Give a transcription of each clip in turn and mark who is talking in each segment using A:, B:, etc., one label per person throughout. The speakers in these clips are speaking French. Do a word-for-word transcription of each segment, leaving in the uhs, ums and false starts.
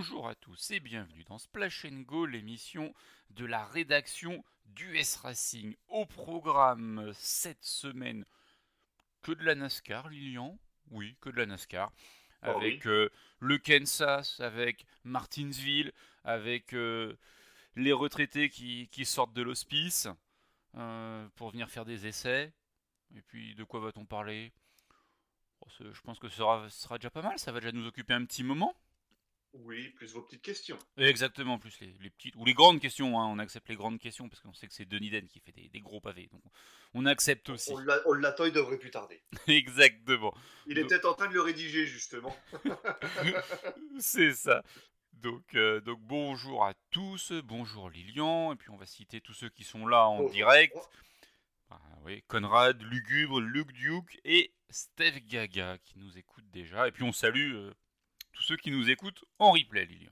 A: Bonjour à tous et bienvenue dans Splash and Go, l'émission de la rédaction d'U S Racing. Au programme cette semaine, que de la NASCAR, Lilian. Oui, que de la NASCAR.
B: Oh oui.
A: Avec euh, le Kansas, avec Martinsville, avec euh, les retraités qui, qui sortent de l'hospice euh, pour venir faire des essais. Et puis, de quoi va-t-on parler? Oh, Je pense que ce sera, ce sera déjà pas mal, ça va déjà nous occuper un petit moment.
B: Oui, plus vos petites questions.
A: Exactement, plus les, les petites ou les grandes questions, hein, on accepte les grandes questions parce qu'on sait que c'est Denis Den qui fait des, des gros pavés, donc on accepte
B: On, on
A: aussi.
B: l'a- on l'attend, il devrait plus tarder.
A: Exactement.
B: Il est
A: Donc,
B: peut-être en train de le rédiger, justement.
A: c'est ça. Donc, euh, donc bonjour à tous, bonjour Lilian, et puis on va citer tous ceux qui sont là en
B: Bonjour à
A: direct.
B: toi.
A: Ah, oui, Conrad, Lugubre, Luke Duke et Steph Gaga qui nous écoutent déjà. Et puis on salue euh, tous ceux qui nous écoutent en replay, Lilian.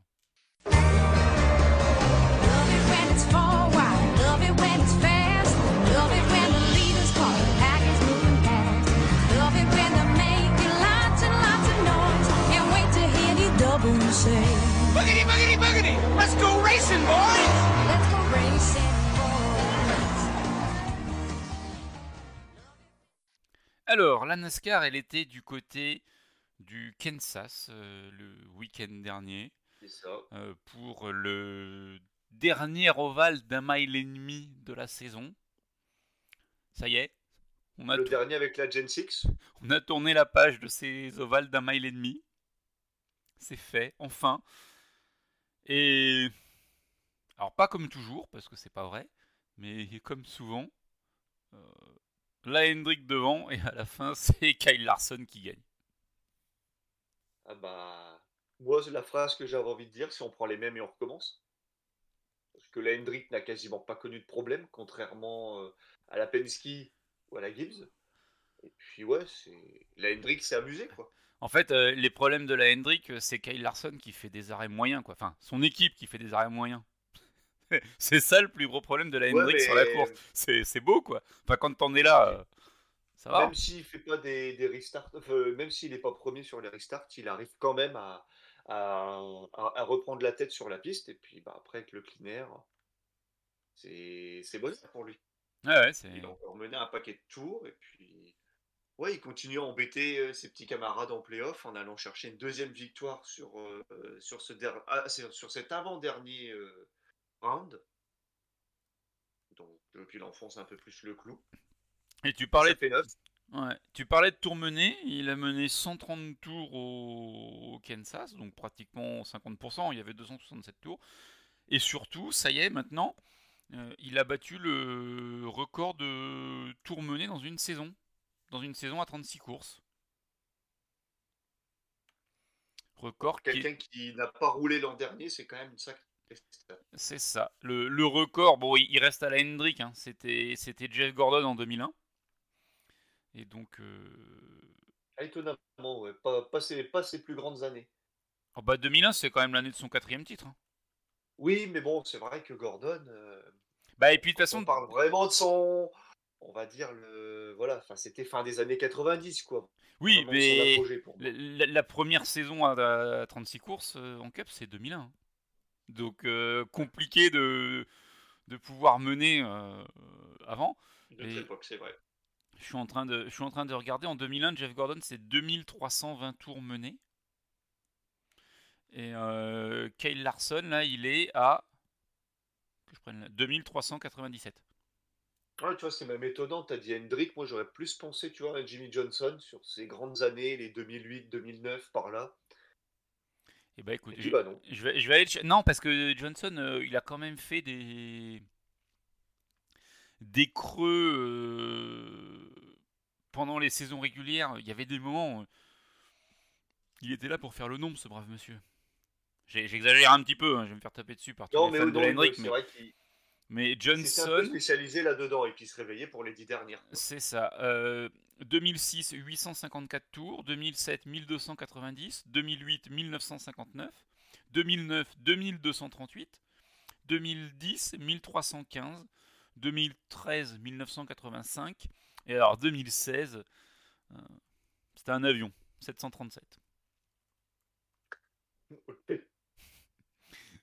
C: Love it when it's forward, love it when it's fast, love it when the leader's call, the pack is moving fast. Love it when they're making lots and lots of noise. Can't wait to hear these doubles say,
D: Boogity, boogity, boogity! Let's go racing, boys!
C: let's go racing, boys.
A: Alors, la NASCAR, elle était du côté du Kansas euh, le week-end dernier
B: C'est ça.
A: euh, pour le dernier ovale d'un mile et demi de la saison. Ça y est, on a,
B: Le
A: tou-
B: dernier avec la Gen six.
A: on a tourné la page de ces ovales d'un mile et demi. C'est fait, enfin. Et alors pas comme toujours, parce que c'est pas vrai, mais comme souvent, euh, la Hendrick devant et à la fin c'est Kyle Larson qui gagne.
B: Ah bah... Moi, c'est la phrase que j'avais envie de dire, si on prend les mêmes et on recommence. Parce que la Hendrick n'a quasiment pas connu de problème, contrairement euh, à la Penske ou à la Gibbs. Et puis ouais, c'est... La Hendrick s'est amusée, quoi.
A: En fait, euh, les problèmes de la Hendrick, euh, c'est Kyle Larson qui fait des arrêts moyens, quoi. Enfin, son équipe qui fait des arrêts moyens. C'est ça le plus gros problème de la
B: Ouais,
A: Hendrick sur la course.
B: mais...
A: C'est, c'est beau, quoi. Enfin, quand t'en es là, euh, ça va.
B: Même s'il fait pas des, des restarts, enfin, même s'il n'est pas premier sur les restarts, il arrive quand même à, à, à- à reprendre la tête sur la piste. Et puis bah, après, avec le clean air, c'est c'est bon pour lui.
A: Ouais, ouais, c'est...
B: Il a encore mené un paquet de tours. Et puis, ouais, il continue à embêter euh, ses petits camarades en playoff en allant chercher une deuxième victoire sur, euh, sur, ce der- ah, sur, sur cet avant-dernier euh, round. Donc, euh, puis il enfonce un peu plus le clou.
A: Et tu
B: Et
A: parlais,
B: ça
A: de...
B: fait neuf.
A: ouais, tu parlais de tours menés. Il a mené cent trente tours au... au Kansas, donc pratiquement cinquante pour cent. Il y avait deux cent soixante-sept tours. Et surtout, ça y est, maintenant, euh, il a battu le record de tours menés dans une saison. Dans une saison à trente-six courses. Record
B: Pour
A: qui est...
B: quelqu'un qui n'a pas roulé l'an dernier, c'est quand même une sacrée stat.
A: C'est ça. Le, le record, bon, il, il reste à la Hendrick. Hein. C'était, c'était Jeff Gordon en deux mille un. Et donc, euh...
B: Ah, étonnamment, ouais. Pas, pas, ses, pas ses plus grandes années.
A: oh bah deux mille un, c'est quand même l'année de son quatrième titre. Hein.
B: Oui, mais bon, c'est vrai que Gordon, euh,
A: Bah et puis de toute
B: quand on
A: façon,
B: parle vraiment de son, on va dire le, voilà, enfin c'était fin des années quatre-vingt-dix, quoi.
A: oui,
B: Vraiment de son
A: mais
B: apogée pour
A: la,
B: moi.
A: la- la première saison à, à trente-six courses euh, en Cup, c'est deux mille un. Hein. Donc euh, compliqué de, de pouvoir mener euh, avant.
B: Une autre
A: Et
B: époque, c'est vrai.
A: je suis en train de, je suis en train de regarder. En deux mille un, Jeff Gordon, c'est deux mille trois cent vingt tours menés. Et euh, Kyle Larson, là, il est à que je prenne là, deux mille trois cent quatre-vingt-dix-sept.
B: Ouais, tu vois, c'est même étonnant. T'as dit Hendrick, moi j'aurais plus pensé, tu vois, à Jimmy Johnson sur ses grandes années, les deux mille huit, deux mille neuf, par là.
A: Et bah écoute,
B: Et
A: je,
B: puis bah non.
A: je vais, je vais aller. le ch- Non, parce que Johnson, euh, il a quand même fait des des creux euh, pendant les saisons régulières. Il y avait des moments, euh, il était là pour faire le nombre, ce brave monsieur. J'ai- J'exagère un petit peu, hein, je vais me faire taper dessus par tous
B: Non,
A: les
B: mais
A: fans
B: oh,
A: de la
B: non, mais
A: Hendrick,
B: c'est
A: mais
B: vrai qu'il
A: mais
B: il s'était un peu
A: Johnson,
B: spécialisé là-dedans et puis il se réveillait pour les dix dernières, quoi.
A: c'est ça. Euh, deux mille six, huit cent cinquante-quatre tours. deux mille sept, mille deux cent quatre-vingt-dix. deux mille huit, mille neuf cent cinquante-neuf. deux mille neuf, deux mille deux cent trente-huit. deux mille dix, mille trois cent quinze. deux mille treize, mille neuf cent quatre-vingt-cinq. Et alors deux mille seize, euh, c'était un avion, sept cent trente-sept.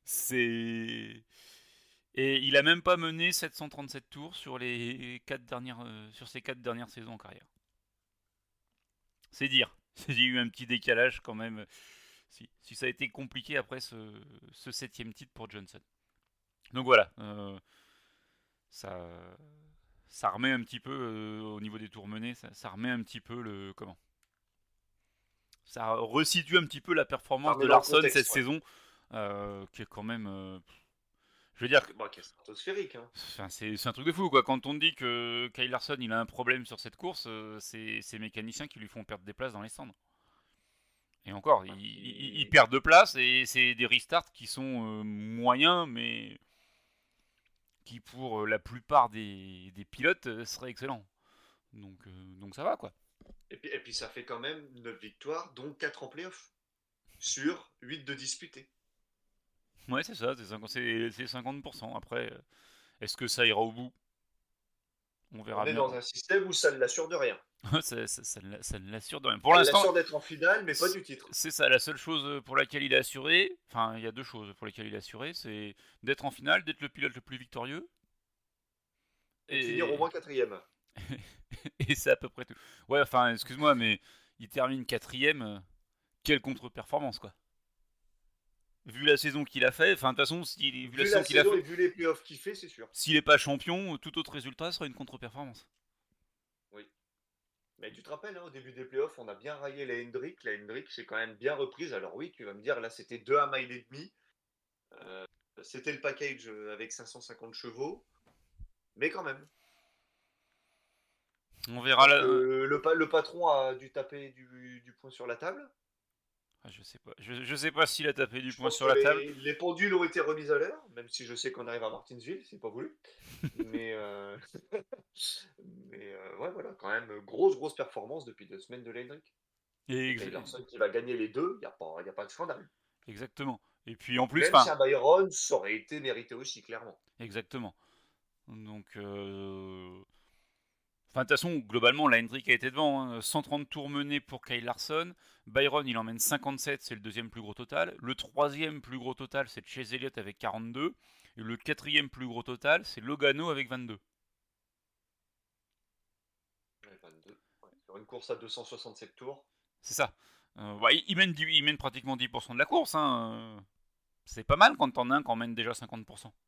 A: C'est... Et il a même pas mené sept cent trente-sept tours sur, les quatre dernières, euh, sur ses quatre dernières saisons en carrière. C'est dire. Il y a eu un petit décalage quand même. Si, si ça a été compliqué après ce, ce septième titre pour Johnson. Donc voilà. Euh, ça, ça remet un petit peu, euh, au niveau des tours menés, ça, ça remet un petit peu le... Comment Ça resitue un petit peu la performance
B: remet
A: de
B: dans le
A: Larson
B: contexte,
A: cette
B: ouais.
A: saison. euh, qui est quand même... euh, je veux dire...
B: Bah, qui est stratosphérique. Hein.
A: Enfin, c'est, c'est un truc de fou quoi. Quand on dit que Kyle Larson il a un problème sur cette course, euh, c'est ces mécaniciens qui lui font perdre des places dans les stands. Et encore,
B: Enfin,
A: ils,
B: qui-
A: ils- ils perdent de place et c'est des restarts qui sont euh, moyens, mais qui pour euh, la plupart des, des pilotes euh, seraient excellents. Donc, euh, donc ça va quoi.
B: Et puis, et puis ça fait quand même neuf victoires, dont quatre en playoff. Sur huit de disputés.
A: Ouais, c'est ça, c'est cinquante, c'est- c'est cinquante pour cent. Après, euh, est-ce que ça ira au bout? On verra
B: On est
A: bien.
B: dans un système où ça ne l'assure de rien.
A: ça, ça- ça ne l'a- ça ne l'assure de rien. Pour
B: Ça
A: l'instant,
B: l'assure d'être en finale, mais pas du titre.
A: c'est ça, la seule chose pour laquelle il est assuré, enfin, il y a deux choses pour lesquelles il est assuré, c'est d'être en finale, d'être le pilote le plus victorieux,
B: Et de finir au moins quatrième.
A: et c'est à peu près tout. Ouais, enfin, excuse-moi, mais il termine quatrième, euh, quelle contre-performance, quoi. Vu la saison qu'il a fait, enfin, de toute façon, s'il, vu la
B: Vu
A: saison
B: la
A: qu'il a
B: saison
A: fait,
B: et vu les playoffs qu'il fait, c'est sûr.
A: s'il n'est pas champion, tout autre résultat sera une contre-performance.
B: Mais tu te rappelles, hein, au début des playoffs, on a bien raillé la Hendrick. La Hendrick s'est quand même bien reprise. Alors oui, tu vas me dire, là, c'était deux à mile et demi. Euh, c'était le package euh, avec cinq cent cinquante chevaux. Mais quand même.
A: On verra
B: Donc,
A: là.
B: euh, le, pa- le patron a dû taper du, du poing sur la table.
A: Ah, je sais pas, je, je sais pas s'il a tapé du
B: Je
A: poing
B: pense
A: sur
B: que
A: la table.
B: les, les pendules ont été remises à l'heure, même si je sais qu'on arrive à Martinsville, c'est pas voulu. mais euh, mais euh, ouais, voilà, quand même, grosse, grosse performance depuis deux semaines de Hendrick.
A: Et
B: Et
A: ex-
B: Kyle Larson qui va gagner les deux, il n'y a, pas- y a pas de scandale.
A: exactement. Et puis en plus,
B: Même
A: enfin,
B: si un Byron, ça aurait été mérité aussi, clairement.
A: exactement. Donc, euh... enfin, de toute façon, globalement, la Hendrick a été devant. Hein. cent trente tours menés pour Kyle Larson. Byron, il emmène cinquante-sept, c'est le deuxième plus gros total. Le troisième plus gros total, c'est Chase Elliott avec quarante-deux. Et le quatrième plus gros total, c'est Logano avec vingt-deux.
B: Ouais, vingt-deux. Ouais, sur une course à deux cent soixante-sept tours.
A: C'est ça. Euh, ouais, il, mène, du- il mène pratiquement dix pour cent de la course. Hein. C'est pas mal quand t'en as un qui en mène déjà cinquante pour cent.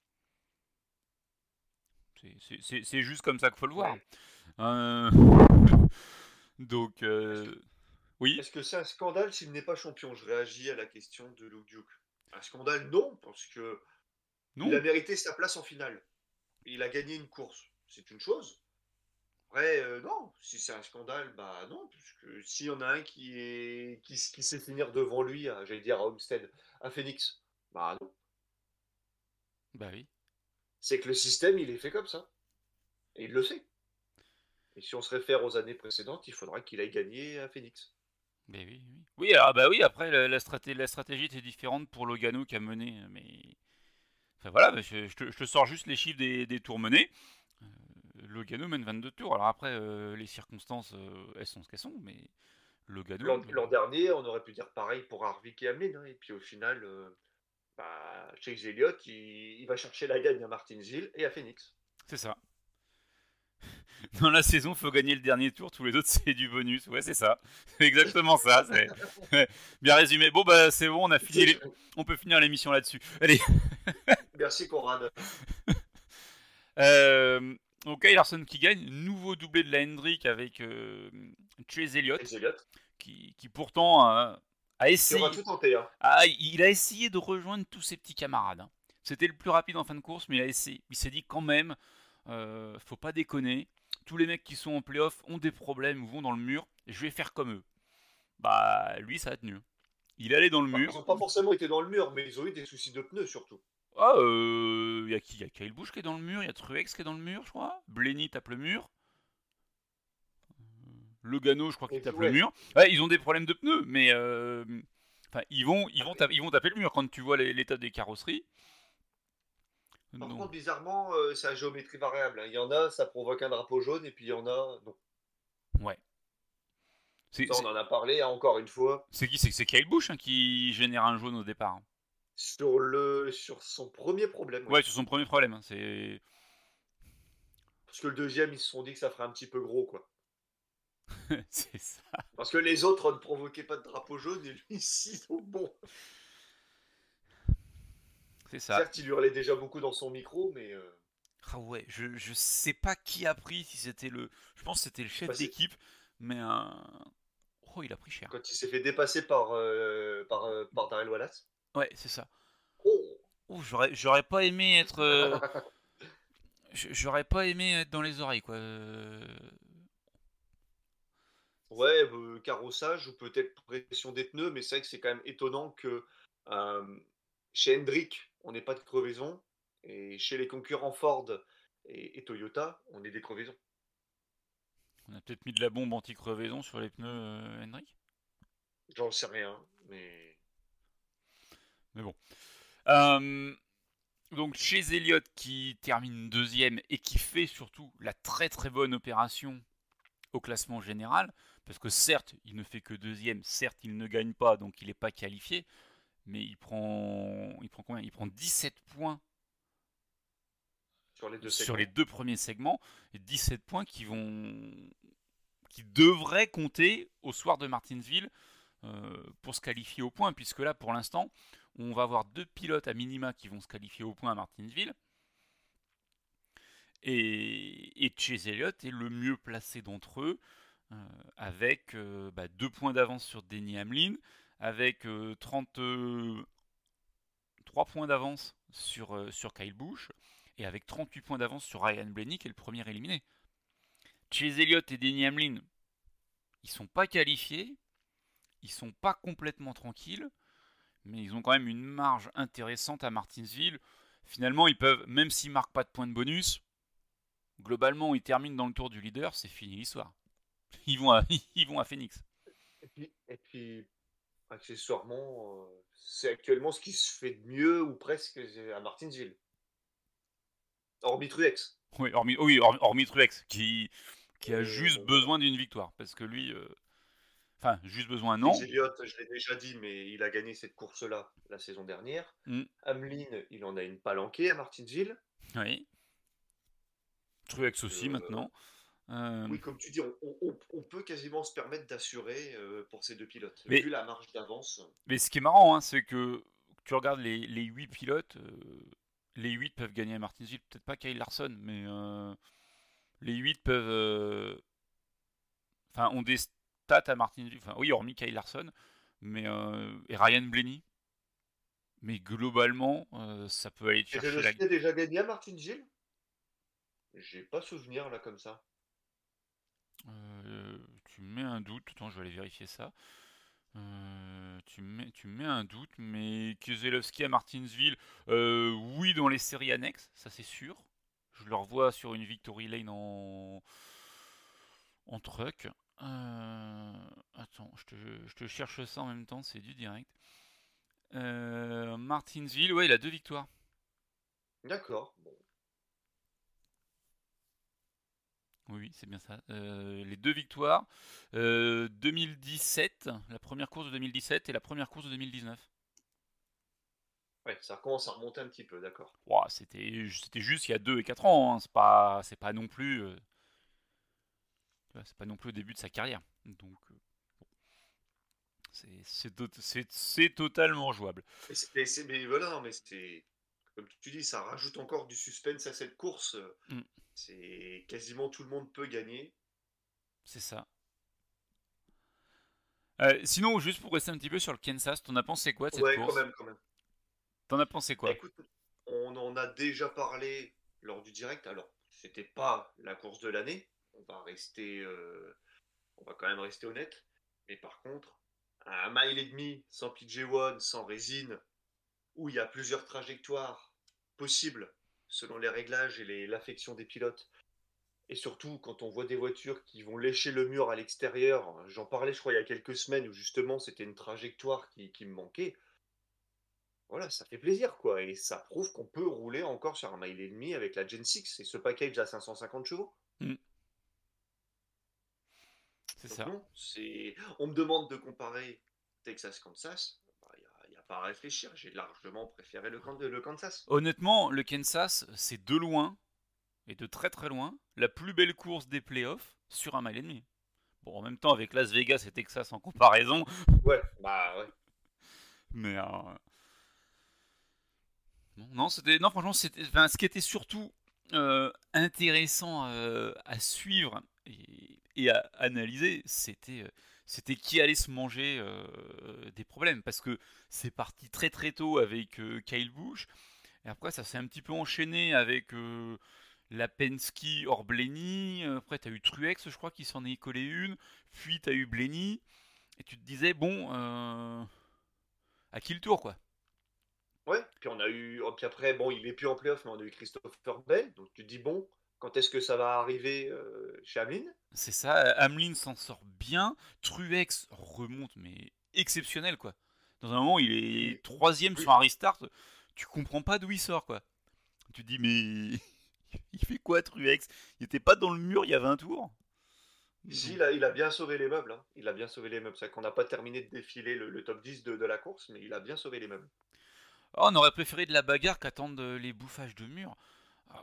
A: C'est- C'est c'est- c'est juste comme ça qu'il faut le voir.
B: Ouais.
A: Euh, Donc, euh, oui.
B: Est-ce que c'est un scandale s'il n'est pas champion? Je réagis à la question de Luke Duke. Un scandale, non, parce que
A: Non.
B: il a mérité sa place en finale. Il a gagné une course. C'est une chose. Après, euh, non, si c'est un scandale, bah non, puisque s'il y en a un qui, est, qui, qui sait finir devant lui, à- j'allais dire à Homestead, à Phoenix, bah non.
A: Bah oui.
B: C'est que le système, il est fait comme ça. Et il le sait. Et si on se réfère aux années précédentes, il faudra qu'il aille gagner à Phoenix.
A: Bah oui, oui. Oui, alors, bah oui, après, la, la, straté- la stratégie était différente pour Logano qui a mené, mais... Enfin voilà, bah, je, je te, je te sors juste les chiffres des, des tours menés. Euh, Logano mène vingt-deux tours. Alors après, euh, les circonstances, euh, elles sont ce qu'elles sont, mais Logano...
B: L'an l'an dernier, on aurait pu dire pareil pour Harvick et Hamlin. Hein, et puis au final, euh, bah, Chase Elliott, il, il va chercher la gagne à Martinsville et à Phoenix.
A: C'est ça. Dans la saison, faut gagner le dernier tour, tous les autres c'est du bonus. Ouais, c'est ça. C'est exactement ça. C'est... Ouais, bien résumé. Bon, bah c'est bon, on a fini. Les... On peut finir l'émission là-dessus. Allez.
B: Merci Conrad.
A: Euh, donc Kyle Larson qui gagne, nouveau doublé de la Hendrick avec euh, Chase Elliott,
B: Chase Elliott,
A: qui, qui pourtant euh, a
B: qui
A: essayé.
B: aura tout tenté. Hein.
A: Ah, il a essayé de rejoindre tous ses petits camarades. Hein. C'était le plus rapide en fin de course, mais il a essayé. Il s'est dit quand même, euh, faut pas déconner. Tous les mecs qui sont en playoff ont des problèmes ou vont dans le mur. Je vais faire comme eux. Bah, lui, ça a tenu. Il allait dans le
B: Enfin,
A: mur.
B: ils n'ont pas forcément été dans le mur, mais ils ont eu des soucis de pneus surtout.
A: Ah, euh, y a qui? Y a Kyle Busch qui est dans le mur, il y a Truex qui est dans le mur, je crois. Blenny tape le mur. Logano, je crois qu'il
B: Et
A: tape
B: ouais.
A: le mur. Ouais, ils ont des problèmes de pneus, mais euh, enfin, ils vont, ils vont, taper, ils vont taper le mur quand tu vois les- l'état des carrosseries.
B: Par
A: Donc,
B: contre, bizarrement, euh, c'est à géométrie variable. Hein. Il y en a, ça provoque un drapeau jaune, et puis il y en a, non.
A: ouais. C'est,
B: Ça,
A: c'est,
B: on en a parlé hein, encore une fois.
A: c'est qui? C'est, c'est Kyle Busch hein, qui génère un jaune au départ.
B: Sur, le, sur son premier problème, oui.
A: Ouais, c'est son premier problème. Hein, c'est...
B: Parce que le deuxième, ils se sont dit que ça ferait un petit peu gros, quoi.
A: c'est ça.
B: Parce que les autres ne provoquaient pas de drapeau jaune, et lui, ici, donc bon.
A: C'est ça.
B: Certes, il hurlait déjà beaucoup dans son micro, mais... euh,
A: Ah ouais, je, je sais pas qui a pris, si c'était le... Je pense que c'était le chef
B: Bah, c'est-
A: d'équipe, mais un... Oh, il a pris cher.
B: quand il s'est fait dépasser par, euh, par, euh, par Darrell Wallace.
A: Ouais, c'est ça.
B: Oh
A: Oh, j'aurais, j'aurais pas aimé être... euh, j- J'aurais pas aimé être dans les oreilles, quoi. Euh,
B: Ouais, euh, carrossage ou peut-être pression des pneus, mais c'est vrai que c'est quand même étonnant que euh, chez Hendrick, on n'ait pas de crevaison, et chez les concurrents Ford et, et Toyota, on ait des crevaisons.
A: On a peut-être mis de la bombe anti-crevaison sur les pneus euh, Hendrick.
B: J'en sais rien, mais...
A: Mais bon. Euh, donc chez Elliott qui termine deuxième et qui fait surtout la très très bonne opération au classement général, parce que certes il ne fait que deuxième, certes il ne gagne pas donc il n'est pas qualifié, mais il prend, il prend combien? Il prend dix-sept points
B: Sur les deux
A: sur les
B: segments.
A: deux premiers segments, et dix-sept points qui vont, qui devraient compter au soir de Martinsville euh, pour se qualifier au point, puisque là pour l'instant on va avoir deux pilotes à minima qui vont se qualifier au point à Martinsville. Et, et Chase Elliott est le mieux placé d'entre eux, euh, avec euh, bah, deux points d'avance sur Denny Hamlin, avec euh, trente-trois points d'avance sur, euh, sur Kyle Busch, et avec trente-huit points d'avance sur Ryan Blaney, qui est le premier éliminé. Chase Elliott et Denny Hamlin, ils sont pas qualifiés, ils sont pas complètement tranquilles, mais ils ont quand même une marge intéressante à Martinsville. Finalement, ils peuvent, même s'ils marquent pas de points de bonus, globalement, ils terminent dans le tour du leader, c'est fini l'histoire. Ils vont à, ils vont à Phoenix.
B: Et puis, et puis accessoirement, euh, c'est actuellement ce qui se fait de mieux, ou presque, à Martinsville. Hormis Truex.
A: Oui, hormis, oui, hormis, hormis Truex, qui, qui a
B: Et
A: juste
B: bon, voilà.
A: besoin d'une victoire. Parce que lui. euh, Enfin, juste besoin, non.
B: Chase Elliott, je l'ai déjà dit, mais il a gagné cette course-là la saison dernière.
A: Mm,
B: Hamlin, il en a une palanquée à Martinsville.
A: oui. Truex
B: Donc,
A: aussi
B: euh,
A: maintenant. Euh,
B: oui, comme tu dis, on, on- on peut quasiment se permettre d'assurer euh, pour ces deux pilotes.
A: mais,
B: Vu la marge d'avance,
A: mais ce qui est marrant, hein, c'est que tu regardes les, les huit pilotes. euh, les huit peuvent gagner à Martinsville. Peut-être pas Kyle Larson, mais euh, les huit peuvent. euh, Enfin, ont des stats à Martinsville. Enfin, oui, hormis Kyle Larson. Mais, euh, et Ryan Blaney. Mais globalement, euh, ça peut aller te chercher la.
B: Keselowski a déjà gagné à Martinsville? J'ai pas souvenir là comme ça.
A: Euh, tu me mets un doute, attends, je vais aller vérifier ça. Euh, tu, me mets, tu me mets un doute, mais Keselowski à Martinsville, euh, oui, dans les séries annexes, ça c'est sûr. Je le revois sur une Victory Lane en, en truck. Euh, attends, je te, je te cherche ça en même temps, c'est du direct. Euh, Martinsville, ouais, il a deux victoires.
B: D'accord. Bon.
A: Oui, oui, c'est bien ça. Euh, les deux victoires. Euh, deux mille dix-sept, la première course de deux mille dix-sept et la première course de deux mille dix-neuf.
B: Ouais, ça commence à remonter un petit peu, d'accord.
A: Ouah, c'était, c'était juste il y a deux et quatre ans. Hein. C'est pas, c'est pas non plus, euh, tu vois, c'est pas non plus au début de sa carrière. Donc, euh, c'est, c'est, tot- c'est- c'est totalement jouable.
B: Mais, c'est- mais c'est- mais voilà, non, mais c'est. Comme tu dis, ça rajoute encore du suspense à cette course.
A: Mm,
B: C'est quasiment tout le monde peut gagner.
A: c'est ça. Euh, sinon, juste pour rester un petit peu sur le Kansas, t'en as pensé quoi de cette
B: Ouais, quand
A: course?
B: même, quand même.
A: T'en as pensé
B: Bah,
A: quoi?
B: écoute, on en a déjà parlé lors du direct. Alors, c'était pas la course de l'année. On va rester, euh, on va quand même rester honnête. Mais par contre, un mile et demi sans P J un, sans résine, où il y a plusieurs trajectoires possibles selon les réglages et les- l'affection des pilotes. Et surtout, quand on voit des voitures qui vont lécher le mur à l'extérieur, j'en parlais, je crois, il y a quelques semaines, où justement c'était une trajectoire qui, qui me manquait. Voilà, ça fait plaisir, quoi. Et ça prouve qu'on peut rouler encore sur un mile et demi avec la Gen six et ce package à cinq cent cinquante chevaux.
A: Mm, c'est
B: Donc
A: ça.
B: non, c'est. On me demande de comparer Texas-Kansas. Il n'y a, y a pas à réfléchir. J'ai largement préféré le, Kan- le Kansas.
A: Honnêtement, le Kansas, c'est de loin, et de très très loin, la plus belle course des playoffs sur un mile et demi. Bon, en même temps, avec Las Vegas et Texas en comparaison,
B: Ouais, bah ouais.
A: mais... euh, Non, non, c'était, non, franchement, c'était, enfin, ce qui était surtout euh, intéressant euh, à suivre et, et à analyser, c'était, euh, c'était qui allait se manger euh, des problèmes. Parce que c'est parti très très tôt avec euh, Kyle Busch, et après ça s'est un petit peu enchaîné avec euh, la Penske hors Blaney. Après, tu as eu Truex, je crois, qui s'en est collé une. Puis tu as eu Blaney. Et tu te disais, bon, euh, à qui le tour, quoi.
B: Ouais, puis on a eu. oh, Puis après, bon, il est plus en playoff, mais on a eu Christopher Bell. Donc tu te dis, bon, quand est-ce que ça va arriver euh, chez Hamlin?
A: C'est ça, Hamlin s'en sort bien, Truex remonte, mais exceptionnel, quoi. Dans un moment, il est
B: Oui,
A: troisième
B: oui.
A: sur un restart, tu comprends pas d'où il sort, quoi. Tu te dis, mais il fait quoi, Truex? Il était pas dans le mur il y a vingt tours?
B: Si, il a, il a bien sauvé les meubles. Hein. Il a bien sauvé les meubles. C'est vrai qu'on n'a pas terminé de défiler le, le top dix de, de la course, mais il a bien sauvé les meubles.
A: Oh, on aurait préféré de la bagarre qu'attendre les bouffages de mur. Euh,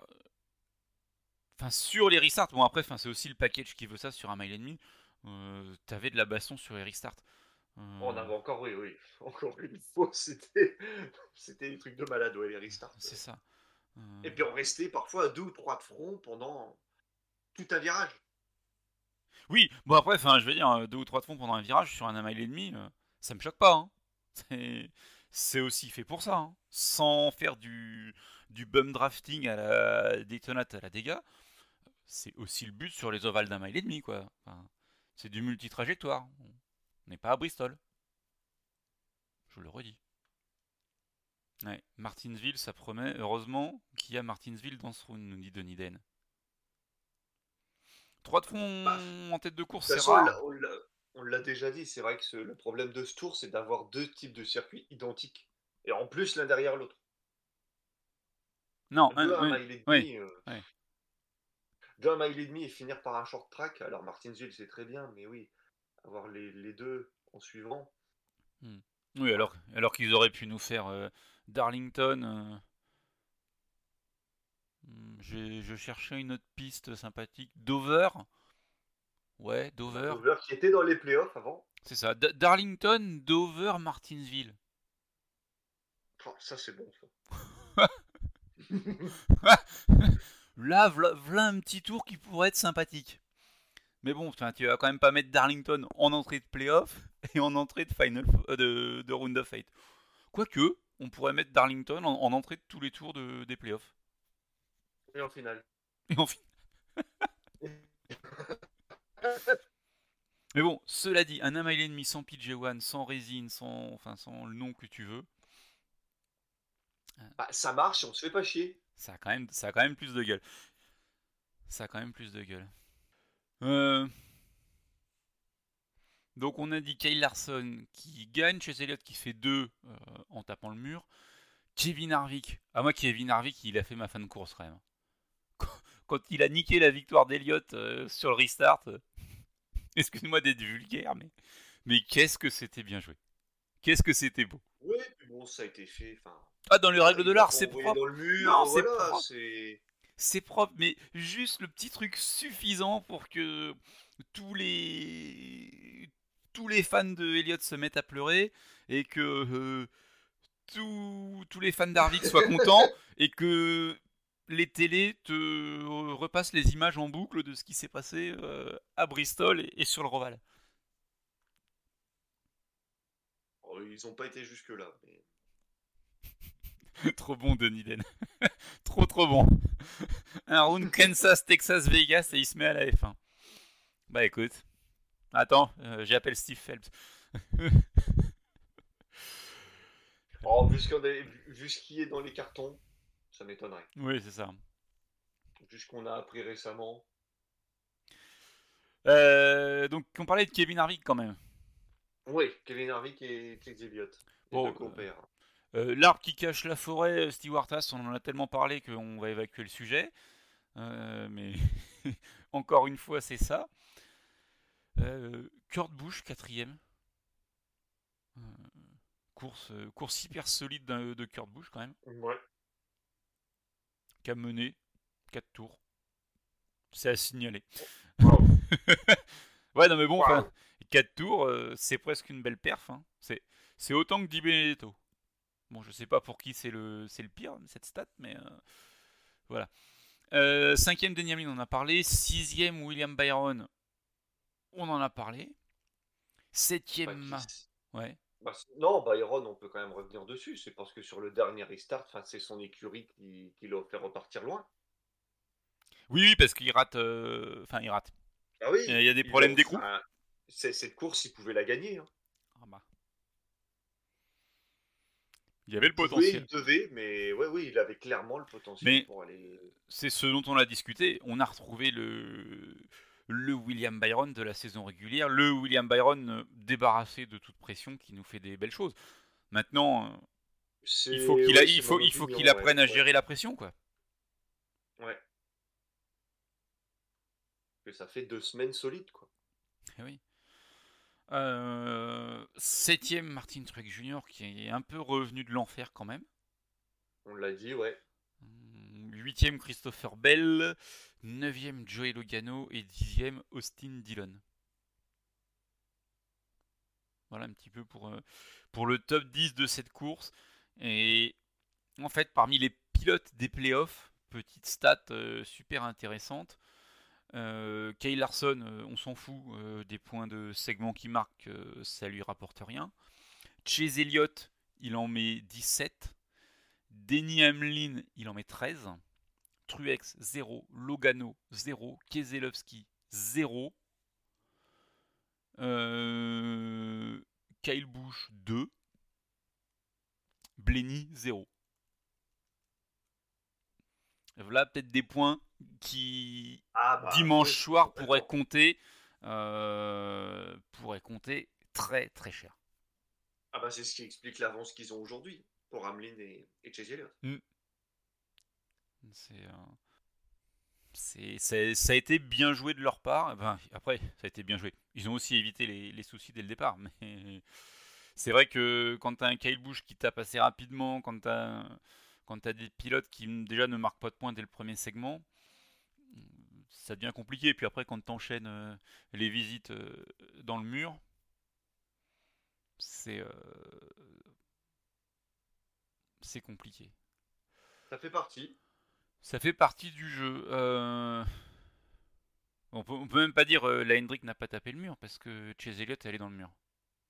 A: Enfin, sur les restarts, bon après, enfin, c'est aussi le package qui veut ça sur un mile et demi. Euh, T'avais de la baston sur les restarts.
B: Oh, on
A: Euh,
B: avait encore, oui, oui, encore une fois, c'était, c'était des trucs de malade, ouais, les restarts.
A: c'est ça. Euh,
B: Et puis on restait parfois à deux ou trois de front pendant tout un virage.
A: Oui, bon après, enfin, je veux dire, euh, deux ou trois de fond pendant un virage sur un mile et demi, euh, ça me choque pas. Hein. C'est, c'est aussi fait pour ça. Hein. Sans faire du, du bum drafting à la détonate à la dégâts, c'est aussi le but sur les ovales d'un mile et demi, quoi. Enfin, c'est du multi-trajectoire. On n'est pas à Bristol. Je le redis. Ouais, Martinsville, ça promet. Heureusement qu'il y a Martinsville dans ce round, nous dit Denis Den. Trois de
B: Bah,
A: fond en tête de
B: de
A: course,
B: toute
A: c'est
B: façon, on
A: rare.
B: l'a- on l'a on l'a déjà dit, c'est vrai que ce- le problème de ce tour, c'est d'avoir deux types de circuits identiques. Et en plus, l'un derrière l'autre.
A: Non,
B: Deux
A: un,
B: à un
A: oui,
B: mile et
A: oui,
B: demi, euh,
A: oui.
B: deux à un mile et demi et finir par un short track. Alors Martinsville, c'est très bien, mais oui, avoir les, les deux en suivant.
A: Hmm. Oui,
B: Ouais.
A: alors, alors qu'ils auraient pu nous faire euh, Darlington. euh, hmm, j'ai- je cherchais une autre piste sympathique. Dover. Ouais,
B: Bah,
A: Dover.
B: Dover qui était dans les playoffs avant.
A: C'est ça. D- Darlington, Dover, Martinsville.
B: Oh, ça, c'est bon, ça.
A: Là, v'là, v'là un petit tour qui pourrait être sympathique. Mais bon, enfin, tu vas quand même pas mettre Darlington en entrée de playoff et en entrée de final euh, de, de round of eight. Quoique, on pourrait mettre Darlington en, en entrée de tous les tours de, des playoffs.
B: Et en finale.
A: Et en fin- Mais bon, cela dit, un un mile et demi sans P J un, sans résine, sans, enfin, sans le nom que tu veux,
B: Bah, ça marche, on se fait pas chier.
A: ça a quand même, ça a quand même plus de gueule. Ça a quand même plus de gueule. Euh, donc on a dit Kyle Larson qui gagne, chez Elliott qui fait deux euh, en tapant le mur. Kevin Harvick. Ah moi Kevin Harvick, il a fait ma fin de course quand même. Quand, quand il a niqué la victoire d'Elliott euh, sur le restart, euh, excuse-moi d'être vulgaire, mais, mais qu'est-ce que c'était bien joué. Qu'est-ce que c'était beau.
B: Oui, puis bon, ça a été fait. Enfin,
A: Ah, dans les
B: voilà,
A: règles de
B: il l'a
A: l'art,
B: pas
A: c'est
B: envoyé
A: propre.
B: dans le mur.
A: Non, c'est
B: Voilà,
A: propre.
B: c'est.
A: C'est propre, mais juste le petit truc suffisant pour que tous les tous les fans de Elliott se mettent à pleurer et que euh, tous, tous les fans d'Harvick soient contents et que les télés te repassent les images en boucle de ce qui s'est passé euh, à Bristol et, et sur le Roval.
B: Oh, ils ont pas été jusque-là. Mais...
A: Trop bon, Denis Den. Trop, trop bon. Un round Kansas, Texas, Vegas et il se met à la F un. Bah écoute. Attends, euh, j'appelle Steve Phelps.
B: Oh, vu ce, qu'on est... vu ce qui est dans les cartons, ça m'étonnerait.
A: Oui, c'est ça.
B: Vu ce qu'on a appris récemment.
A: Euh, donc, on parlait de Kevin Harvick quand même.
B: Oui, Kevin Harvick et Chris Elliott. Les
A: Bon,
B: deux compères.
A: Euh, L'arbre qui cache la forêt, Stewart Haas, on en a tellement parlé qu'on va évacuer le sujet. Euh, mais encore une fois, c'est ça. Euh, Kurt Busch, quatrième. Euh, course, euh, course hyper solide d'un- de Kurt Busch quand même,
B: Ouais.
A: qui a mené quatre tours. C'est à signaler.
B: Wow.
A: Ouais, non mais bon, enfin,
B: Wow.
A: quatre tours, euh, c'est presque une belle perf. Hein. C'est, c'est autant que Di Benedetto. Bon, je sais pas pour qui c'est le, c'est le pire, cette stat, mais euh, voilà. Euh, cinquième, Denny Hamlin, on en a parlé. Sixième, William Byron, on en a parlé.
B: Enfin,
A: Septième,
B: qui-
A: ouais.
B: bah, c'est- non, Byron, on peut quand même revenir dessus. C'est parce que sur le dernier restart, enfin, c'est son écurie qui, qui l'a fait repartir loin.
A: Oui, oui, parce qu'il rate. euh, Enfin, il rate.
B: Ah oui,
A: Il y a des
B: ils
A: problèmes
B: l'ont-
A: d'écrou.
B: enfin, c'est- cette course, il pouvait la gagner. Hein.
A: Ah bah. Il y avait le
B: Il pouvait,
A: potentiel.
B: il devait, mais ouais, oui, il avait clairement le potentiel
A: Mais
B: pour aller.
A: c'est ce dont on a discuté. On a retrouvé le, le William Byron de la saison régulière, le William Byron euh, débarrassé de toute pression qui nous fait des belles choses. Maintenant, euh,
B: C'est
A: il faut qu'il a-
B: ouais,
A: il
B: c'est
A: faut,
B: mon
A: il faut
B: opinion,
A: qu'il
B: ouais,
A: apprenne à
B: ouais,
A: gérer la pression, quoi.
B: ouais. Que ça fait deux semaines solides, quoi.
A: Eh oui. Euh, septième, Martin Truex junior qui est un peu revenu de l'enfer quand même.
B: On l'a dit, ouais.
A: Hum, Huitième, Christopher Bell. Neuvième, Joey Logano. Et dixième, Austin Dillon. Voilà un petit peu pour, euh, pour le top dix de cette course. Et en fait, parmi les pilotes des playoffs, petite stat euh, super intéressante. Euh, Kyle Larson, euh, on s'en fout euh, des points de segment qui marquent, euh, ça lui rapporte rien. Chase Elliott, il en met dix-sept. Denny Hamlin, il en met treize. Truex, zéro. Logano, zéro. Keselowski, zéro. Euh, Kyle Busch, deux. Blenny, zéro. Voilà peut-être des points qui,
B: Ah bah,
A: dimanche
B: oui,
A: soir, pourraient
B: complètement.
A: compter, euh, pourraient compter très très cher.
B: Ah bah, c'est ce qui explique l'avance qu'ils ont aujourd'hui pour Hamlin et, et Chase Elliott.
A: C'est, euh, c'est, c'est- ça a été bien joué de leur part. Enfin, après, ça a été bien joué. Ils ont aussi évité les, les soucis dès le départ. Mais c'est vrai que quand tu as un Kyle Busch qui tape assez rapidement, quand tu as, quand t'as des pilotes qui déjà ne marquent pas de points dès le premier segment, ça devient compliqué. Et puis après, quand tu enchaînes euh, les visites euh, dans le mur, c'est, euh, c'est compliqué.
B: Ça fait partie.
A: Ça fait partie du jeu. Euh, On peut, on peut même pas dire euh, la Hendrick n'a pas tapé le mur parce que Chase Elliott elle est dans le mur.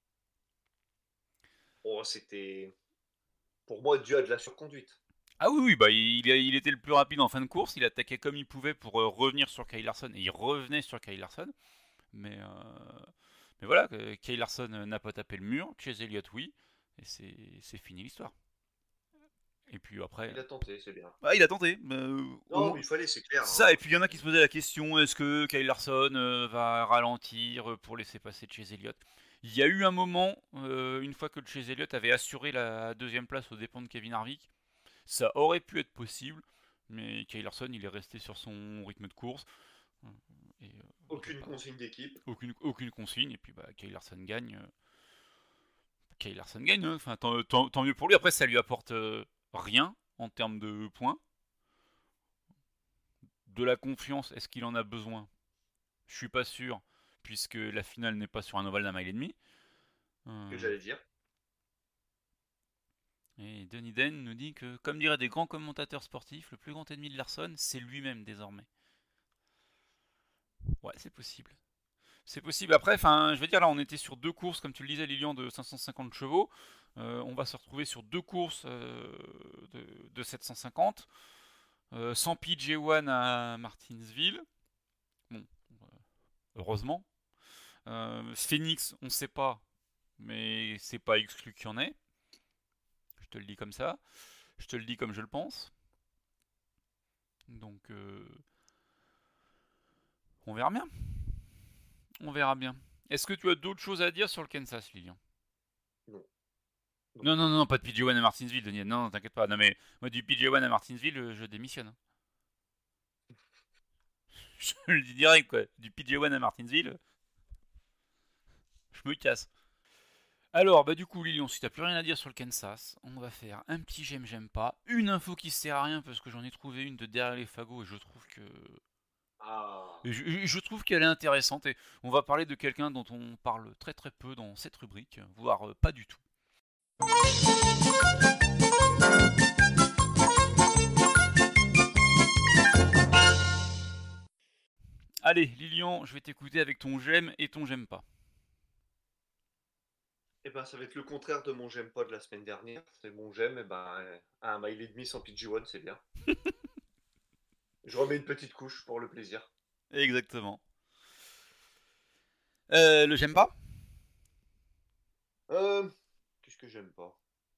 B: Oh, c'était pour moi dû à de la surconduite.
A: Ah oui, oui, bah il, il était le plus rapide en fin de course, il attaquait comme il pouvait pour euh, revenir sur Kyle Larson et il revenait sur Kyle Larson. Mais, euh, mais voilà, euh, Kyle Larson euh, n'a pas tapé le mur, Chase Elliott oui, et c'est, c'est fini l'histoire. Et puis après,
B: Il a tenté, c'est bien.
A: bah, il a tenté. Mais, euh, au
B: Non,
A: moins-
B: mais il fallait, c'est clair.
A: Ça,
B: Hein.
A: et puis il y en a qui se posaient la question, est-ce que Kyle Larson euh, va ralentir pour laisser passer Chase Elliott? Il y a eu un moment, euh, une fois que Chase Elliott avait assuré la deuxième place aux dépens de Kevin Harvick, ça aurait pu être possible, mais Kyle Larson il est resté sur son rythme de course. euh, Et, euh,
B: Aucune
A: pas-
B: consigne d'équipe.
A: aucune, aucune consigne, et puis bah, Kyle Larson gagne. euh, Kyle Larson gagne, hein. Enfin, tant, tant- tant mieux pour lui. Après, ça lui apporte euh, rien en termes de points. De la confiance, est-ce qu'il en a besoin? Je suis pas sûr, puisque la finale n'est pas sur un ovale d'un mile et demi. Euh,
B: Que j'allais dire.
A: et Denis Den nous dit que, comme diraient des grands commentateurs sportifs, le plus grand ennemi de Larson, c'est lui-même désormais. Ouais, c'est possible. C'est possible. Après, enfin, je veux dire, là, on était sur deux courses, comme tu le disais, Lilian, de cinq cent cinquante chevaux. Euh, on va se retrouver sur deux courses euh, de, de sept cent cinquante. Euh, sans P J un à Martinsville. Bon, euh, heureusement. Euh, Phoenix, on ne sait pas, mais c'est pas exclu qu'il y en ait. Je te le dis comme ça. Je te le dis comme je le pense. Donc, euh, on verra bien. On verra bien. Est-ce que tu as d'autres choses à dire sur le Kansas, Lilian?
B: Non.
A: Non, non, non, pas de P J un à Martinsville, Denis. Non, non, t'inquiète pas. Non, mais moi, du P J un à Martinsville, euh, je démissionne. hein. Je le dis direct, quoi. Du P J un à Martinsville, je me casse. Alors, bah du coup, Lilian, si t'as plus rien à dire sur le Kansas, on va faire un petit j'aime, j'aime pas. Une info qui sert à rien parce que j'en ai trouvé une de derrière les fagots et je trouve que.
B: Ah.
A: et Je, je trouve qu'elle est intéressante et on va parler de quelqu'un dont on parle très très peu dans cette rubrique, voire euh, pas du tout. Allez, Lilian, je vais t'écouter avec ton j'aime et ton j'aime pas.
B: Eh ben, ça va être le contraire de mon j'aime pas de la semaine dernière. C'est mon j'aime, et ben, euh, un mile et demi sans P G un, c'est bien. Je remets une petite couche pour le plaisir.
A: Exactement. Euh, le j'aime pas.
B: Euh, qu'est-ce que j'aime pas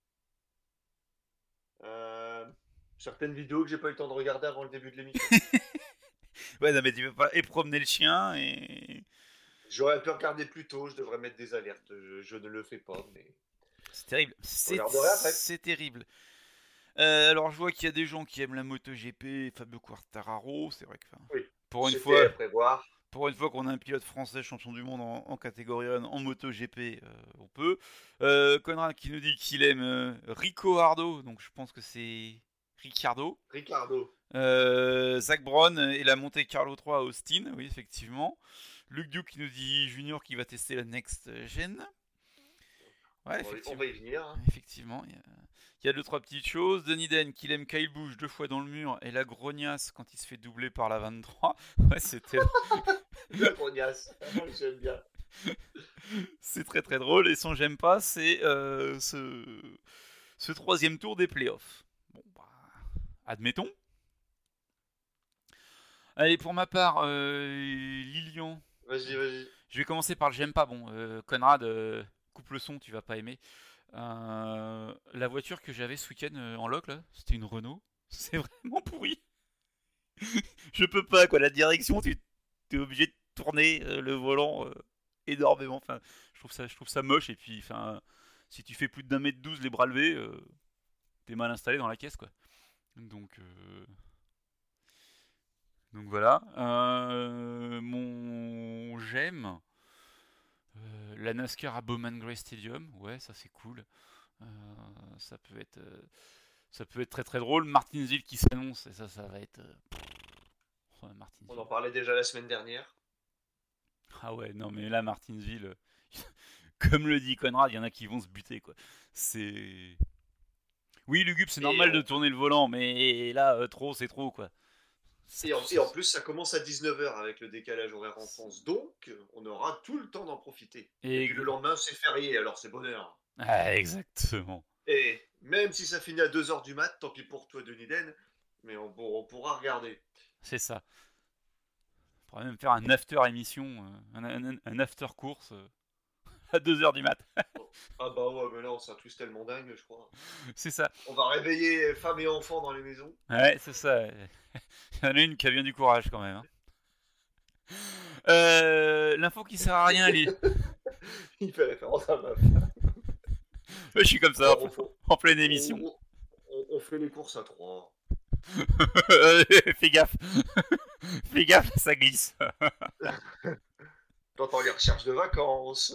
B: Euh, Certaines vidéos que j'ai pas eu le temps de regarder avant le début de l'émission.
A: Ouais, non, mais tu peux pas et promener le chien et.
B: J'aurais pu regarder plus tôt, je devrais mettre des alertes. Je, je ne le fais pas, mais
A: C'est terrible. C'est
B: regarderai après.
A: c'est terrible. Euh, alors, je vois qu'il y a des gens qui aiment la MotoGP, Fabio Quartararo, c'est vrai que. enfin,
B: oui.
A: Pour une
B: C'était
A: fois,
B: à prévoir.
A: pour une fois qu'on a un pilote français champion du monde en, en catégorie un en MotoGP, euh, on peut. Euh, Conrad qui nous dit qu'il aime euh, Rico Hardo, donc je pense que c'est Ricciardo.
B: Ricardo.
A: Euh, Zach Brown et la Monte Carlo trois à Austin, oui, effectivement. Luc Duke qui nous dit Junior qui va tester la Next Gen. Ouais,
B: On va- on
A: effectivement.
B: va y venir. hein.
A: Effectivement, il y a, il y a deux trois petites choses. Denis Den qui aime Kyle Busch deux fois dans le mur et la grognasse quand il se fait doubler par la vingt-trois. Ouais, c'était
B: La grognasse. J'aime bien.
A: c'est très très drôle et son j'aime pas, c'est euh, ce ce troisième tour des playoffs. Bon bah, admettons. Allez, pour ma part, euh, Lilian,
B: Vas-y, vas-y.
A: je vais commencer par le j'aime pas. Bon, euh, Conrad, euh, coupe le son, tu vas pas aimer. Euh, la voiture que j'avais ce week-end euh, en loc, là, c'était une Renault. C'est vraiment pourri. Je peux pas, quoi. La direction, tu es obligé de tourner euh, le volant euh, énormément. Enfin, je trouve ça, je trouve ça moche. Et puis, enfin, si tu fais plus d'un mètre douze les bras levés, euh, t'es mal installé dans la caisse, quoi. Donc, euh, donc voilà. Euh, mon j'aime. Euh, la NASCAR à Bowman Gray Stadium, ouais, ça c'est cool. Euh, ça peut être, euh, ça peut être très très drôle. Martinsville qui s'annonce, et ça, ça va être. euh, pff, oh,
B: On
A: Martinsville.
B: en parlait déjà la semaine dernière.
A: Ah ouais, non mais là Martinsville, euh, comme le dit Conrad, il y en a qui vont se buter quoi. C'est. Oui, Lugubre, c'est
B: Et
A: normal
B: on-
A: de tourner le volant, mais là, euh, trop, c'est trop quoi. Ça-
B: Et en, et en plus, ça commence à dix-neuf heures avec le décalage horaire en France. Donc, on aura tout le temps d'en profiter. Et,
A: Et-
B: puis le lendemain, c'est férié, alors c'est bonheur.
A: Ah, exactement.
B: Et même si ça finit à deux heures du mat, tant pis pour toi, Denis Den, mais on, pour- on pourra regarder.
A: C'est ça. On pourrait même faire un after émission, euh, un, un- un after course euh, à deux heures du mat.
B: Ah bah ouais, mais là, on sera tous tellement dingues, je crois.
A: C'est ça.
B: On va réveiller femmes et enfants dans les maisons.
A: Ouais, c'est ça. Il y en a une qui a bien du courage quand même. hein. Euh, L'info qui sert à rien, Lee.
B: Il fait référence à ma
A: Je suis comme ça,
B: on,
A: en,
B: on-
A: en pleine émission.
B: on- on- on fait les courses à trois.
A: Fais gaffe. Fais gaffe, ça glisse.
B: T'entends les recherches de vacances.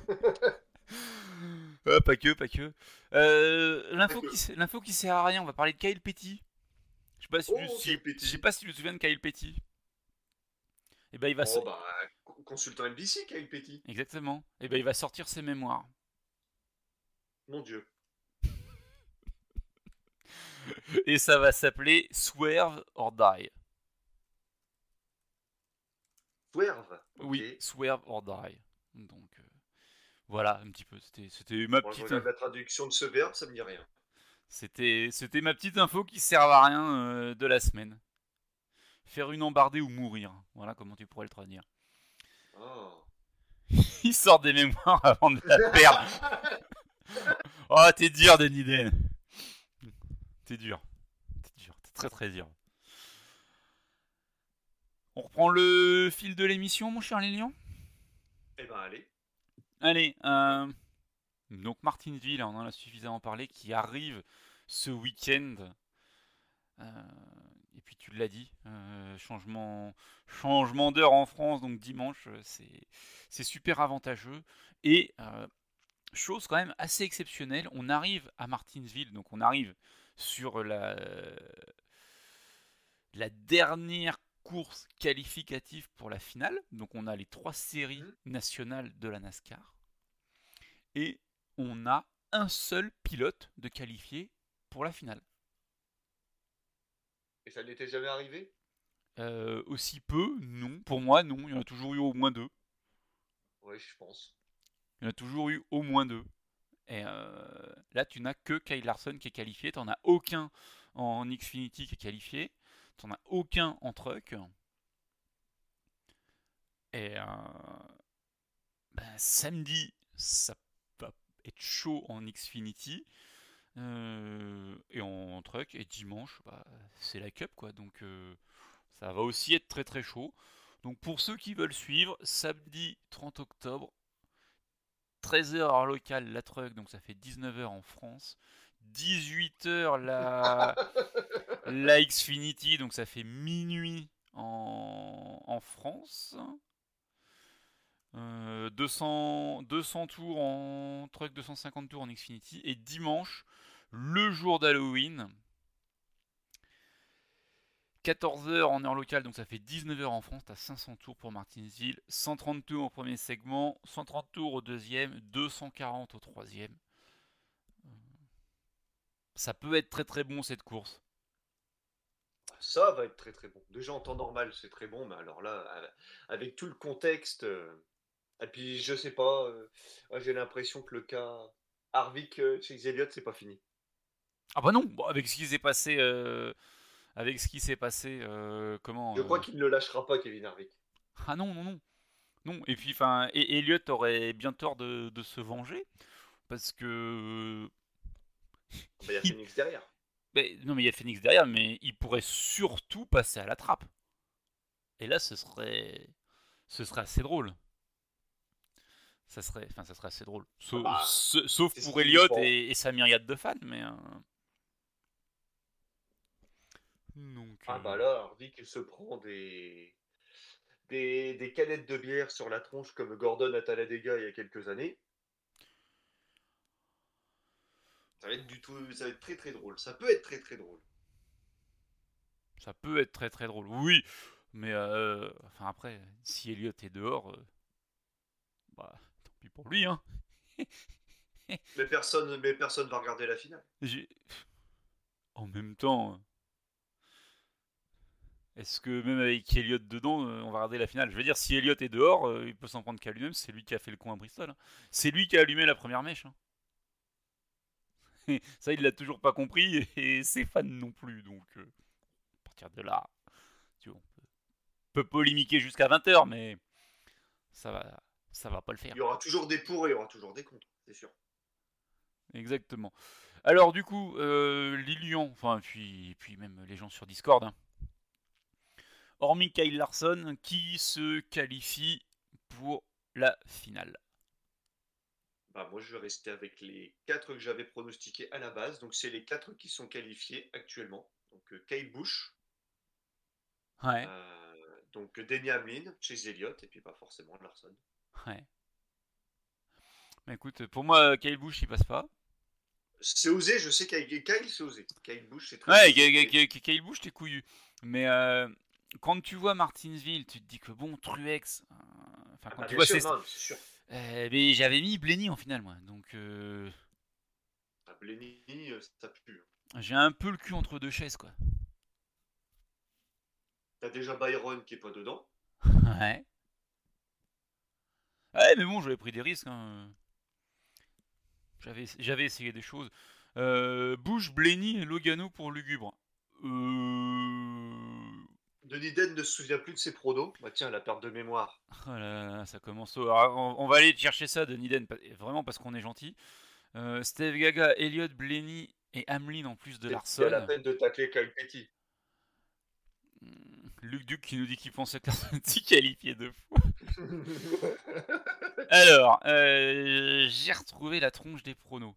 A: Ah, pas que, pas que. Euh, L'info
B: Pas que.
A: qui, l'info qui sert à rien, on va parler de Kyle Petty. Je sais pas si,
B: Oh,
A: tu- si-
B: Kyle Petty.
A: je sais pas si tu te souviens de Kyle Petty. Et ben il va
B: Oh
A: so-
B: bah, co- consultant N B C, Kyle Petty.
A: exactement. Et ben il va sortir ses mémoires.
B: Mon dieu.
A: Et ça va s'appeler Swerve or Die.
B: Swerve. Ok.
A: Oui, Swerve or Die. Donc euh, voilà un petit peu. C'était, c'était ma
B: Moi, je
A: petite,
B: regarde la traduction de ce verbe, ça me dit rien.
A: c'était, c'était ma petite info qui sert à rien euh, de la semaine. Faire une embardée ou mourir. Voilà comment tu pourrais le traduire.
B: Oh.
A: Il sort des mémoires avant de la perdre. Oh, t'es dur, Denis Den. T'es dur. T'es dur. T'es très très dur. On reprend le fil de l'émission, mon cher Lilian.
B: Eh ben, allez.
A: Allez, euh, donc Martinsville, on en a suffisamment parlé, qui arrive ce week-end. Euh, et puis tu l'as dit, euh, changement, changement d'heure en France, donc dimanche, euh, c'est, c'est super avantageux. Et euh, chose quand même assez exceptionnelle, on arrive à Martinsville, donc on arrive sur la, la dernière course qualificative pour la finale. Donc on a les trois séries
B: Mhm.
A: nationales de la NASCAR. Et on a un seul pilote de qualifié pour la finale.
B: Et ça n'était jamais arrivé?
A: Euh, aussi peu, non. Pour moi, non. Il y en a toujours eu au moins deux.
B: Oui, je pense.
A: Il y en a toujours eu au moins deux. Et euh, là, tu n'as que Kyle Larson qui est qualifié. Tu n'en as aucun en Xfinity qui est qualifié. Tu n'en as aucun en truck. Et euh, ben, samedi, ça va être chaud en Xfinity. Euh, et en truck. Et dimanche, bah, c'est la Cup, quoi. Donc euh, ça va aussi être très très chaud. Donc pour ceux qui veulent suivre, samedi trente octobre, treize heures heure locale la truck, donc ça fait dix-neuf heures en France. dix-huit heures la, la Xfinity, donc ça fait minuit en, en France. Euh, deux cents, deux cents tours en truck, deux cent cinquante tours en Xfinity. Et dimanche, le jour d'Halloween, quatorze heures en heure locale, donc ça fait dix-neuf heures en France. T'as cinq cents tours pour Martinsville, cent trente tours au premier segment, cent trente tours au deuxième, deux cent quarante au troisième. Ça peut être très très bon cette course.
B: Ça va être très très bon. Déjà en temps normal, c'est très bon, mais alors là, avec tout le contexte. euh, Et puis, je sais pas, euh, ouais, j'ai l'impression que le cas Harvick euh, chez Elliott, c'est pas fini.
A: Ah bah non, bon, avec ce qui s'est passé, euh, avec ce qui s'est passé, euh, comment
B: Je crois
A: euh,
B: qu'il ne le lâchera pas, Kevin Harvick.
A: Ah non non non non. Et puis enfin, et Elliott aurait bien tort de, de se venger parce que
B: Ah bah, il y a
A: il-
B: Phoenix derrière.
A: mais- non mais il y a Phoenix derrière, mais il pourrait surtout passer à la trappe. Et là, ce serait, ce serait assez drôle. Ça serait, enfin, ça serait assez drôle.
B: Ah
A: Sauf,
B: bah,
A: sauf
B: c'est ce
A: pour
B: qu'il
A: Elliott
B: pense.
A: et, et sa myriade de fans, mais euh, donc.
B: Ah bah
A: euh,
B: là, Harvick se prend des... Des... des canettes de bière sur la tronche comme Gordon à Talladega il y a quelques années. Ça va être du tout, ça va être très très drôle. Ça peut être très très drôle.
A: Ça peut être très très drôle. Oui, mais euh, enfin après, si Elliott est dehors, euh, bah tant pis pour lui, hein.
B: Mais personne, mais personne va regarder la finale.
A: J'ai- En même temps, est-ce que même avec Elliott dedans, euh, on va regarder la finale? Je veux dire, si Elliott est dehors, euh, il peut s'en prendre qu'à lui-même. C'est lui qui a fait le con à Bristol, hein. C'est lui qui a allumé la première mèche, hein. Ça, il l'a toujours pas compris et ses fans non plus. Donc, euh, à partir de là, tu vois, on peut, peut polémiquer jusqu'à vingt heures, mais ça va, ça va pas le faire.
B: Il y aura toujours des pour et il y aura toujours des contre, c'est sûr.
A: Exactement. Alors, du coup, euh, Lilian, enfin, puis, puis même les gens sur Discord, hein, hormis Kyle Larson, qui se qualifie pour la finale?
B: Bah, moi, je vais rester avec les quatre que j'avais pronostiqués à la base. Donc, c'est les quatre qui sont qualifiés actuellement. Donc, euh, Kyle Busch,
A: Ouais,
B: euh, donc Denny Hamlin chez Elliott, et puis pas forcément Larson.
A: ouais. Mais écoute, pour moi, Kyle Busch, il passe pas.
B: C'est osé, je sais Kyle, Kyle c'est osé. Kyle Busch, c'est très
A: Ouais,
B: osé. mais-
A: Kyle Kyle Busch, t'es couillu. Mais euh, quand tu vois Martinsville, tu te dis que bon, Truex. euh, Enfin,
B: Ah,
A: quand
B: bah,
A: tu
B: bien
A: vois
B: sûr,
A: c'est.
B: non, c'est sûr.
A: Euh, mais j'avais mis Blenny en finale, moi. Donc, euh,
B: Ah, Blenny, euh, ça pue.
A: j'ai un peu le cul entre deux chaises, quoi.
B: T'as déjà Byron qui est pas dedans.
A: Ouais. Ouais, mais bon, j'avais pris des risques, hein. J'avais, j'avais essayé des choses. Euh, Bush, Blenny et Logano pour Lugubre. Euh...
B: Denis Den ne se souvient plus de ses pronos. Bah tiens, la perte de mémoire.
A: Oh là là, ça commence. au- Alors, on, on va aller chercher ça de Niden, pa- vraiment parce qu'on est gentil. Euh, Steve Gaga, Elliott, Blenny et Hamlin en plus de
B: C'est il y a la
A: Larson.
B: peine de tacler Kyle Petty.
A: Hmm, Luc Duc qui nous dit qu'il pensait que Larson s'y qualifiait deux fois. Alors, euh, j'ai retrouvé la tronche des pronos.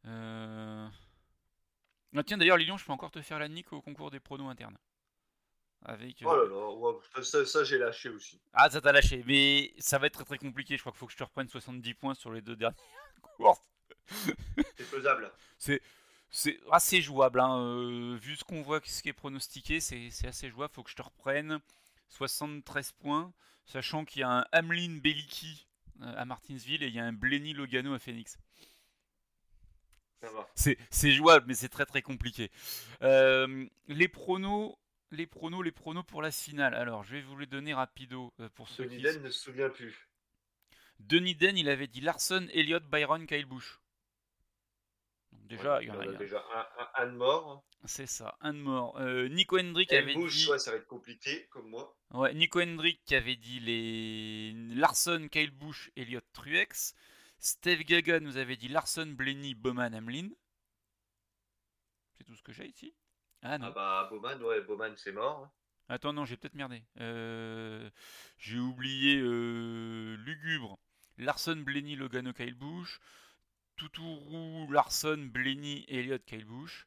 A: Euh... Ah, tiens, d'ailleurs, Lilian, je peux encore te faire la nique au concours des pronos internes. Avec,
B: Oh là
A: euh,
B: là, ouais, ça, ça, j'ai lâché aussi.
A: Ah, ça t'a lâché, mais ça va être très très compliqué. Je crois qu'il faut que je te reprenne soixante-dix points sur les deux dernières courses.
B: C'est faisable.
A: C'est, c'est assez jouable, hein. euh, vu ce qu'on voit, ce qui est pronostiqué, c'est, c'est assez jouable. Faut que je te reprenne soixante-treize points, sachant qu'il y a un Hamlin Bellicki euh, à Martinsville et il y a un Blenny Logano à Phoenix.
B: Ça va.
A: C'est, c'est jouable, mais c'est très très compliqué. Euh, les pronos, les pronos, les pronos pour la finale. Alors, je vais vous les donner rapido euh, pour ceux qui.
B: Dunedin ne se souvient plus.
A: Denis Den, il avait dit Larson, Elliott, Byron, Kyle Busch. Donc déjà,
B: Ouais,
A: il y
B: il
A: en
B: en
A: a,
B: a
A: il y a-
B: déjà un, un, un de mort.
A: c'est ça, un de mort. Euh, Nico Hendrick
B: Elle
A: avait
B: bouge,
A: dit,
B: ouais, ça va être compliqué, comme moi.
A: ouais, Nico Hendrick qui avait dit les Larson, Kyle Busch, Elliott, Truex. Steve Gaga nous avait dit Larson, Blenny, Bowman, Hamlin. C'est tout ce que j'ai ici. Ah
B: Ah
A: non.
B: bah, Bowman, ouais, Bowman, c'est mort.
A: Attends, non, j'ai peut-être merdé. Euh, j'ai oublié euh, Lugubre. Larson, Blenny, Logano, Kyle Busch. Toutourou, Larson, Blenny, Elliott, Kyle Busch.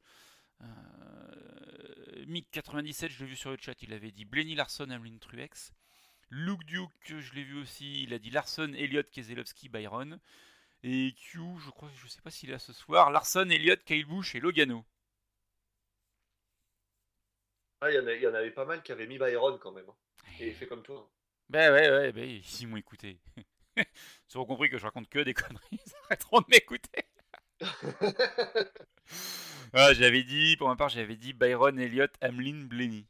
A: Euh, Mick quatre-vingt-dix-sept, je l'ai vu sur le chat, il avait dit Blenny, Larson, Hamlin, Truex. Luke Duke, je l'ai vu aussi, il a dit Larson, Elliott, Keselowski, Byron. Et Q, je crois, je sais pas s'il est là ce soir, Larson, Elliott, Kyle Busch et Logano.
B: Ah, il y, en a- il y en avait pas mal qui avaient mis Byron quand même. Hein. Et fait comme toi.
A: Ben ouais, ouais, ben ils m'ont écouté. Ils auront compris que je raconte que des conneries, ils arrêteront de m'écouter. Ah, j'avais dit, pour ma part, j'avais dit Byron, Elliott, Hamlin, Blenny.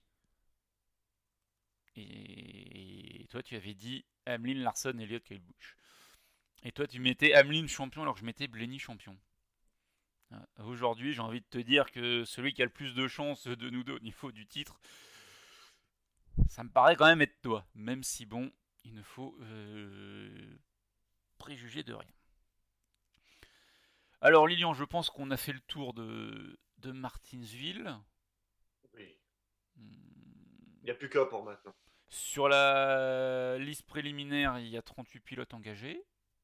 A: Et toi, tu avais dit Hamlin, Larson, Elliott, Kyle Busch. Et toi, tu mettais Hamlin champion alors que je mettais Blenny champion. Aujourd'hui, j'ai envie de te dire que celui qui a le plus de chances de nous deux au niveau du titre, ça me paraît quand même être toi. Même si, bon, il ne faut euh, préjuger de rien. Alors, Lilian, je pense qu'on a fait le tour de, de Martinsville.
B: Oui.
A: Hmm.
B: Il n'y a plus qu'un pour maintenant.
A: Sur la liste préliminaire, il y a trente-huit pilotes engagés.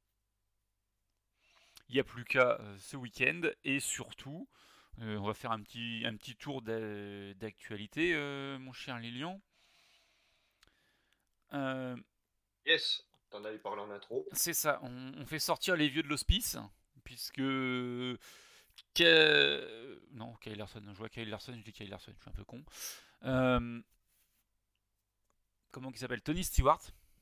A: Il n'y a plus qu'à euh, ce week-end. Et surtout, euh, on va faire un petit, un petit tour d'a- d'actualité, euh, mon cher Lilian. Euh,
B: Yes, t'en avais parlé en intro.
A: c'est ça, on, on fait sortir les vieux de l'hospice. Puisque. Que... Non, Kyle Larson, je vois Kyle Larson, je dis Kyle Larson, je suis un peu con. Euh, comment il s'appelle Tony Stewart,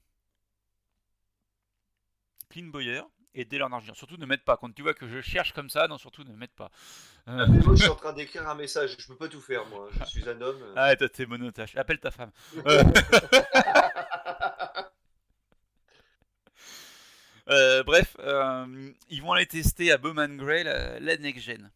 A: Clint Bowyer et Dale Earnhardt junior Surtout ne m'aide pas. Quand tu vois que je cherche comme ça, non, surtout ne m'aide pas. Euh...
B: Moi, je suis en train d'écrire un message. Je peux pas tout faire, moi. Je suis un homme.
A: Ah, toi, t'es monotache. Appelle ta femme. Euh... euh, bref, euh, ils vont aller tester à Bowman Gray la, la next-gen.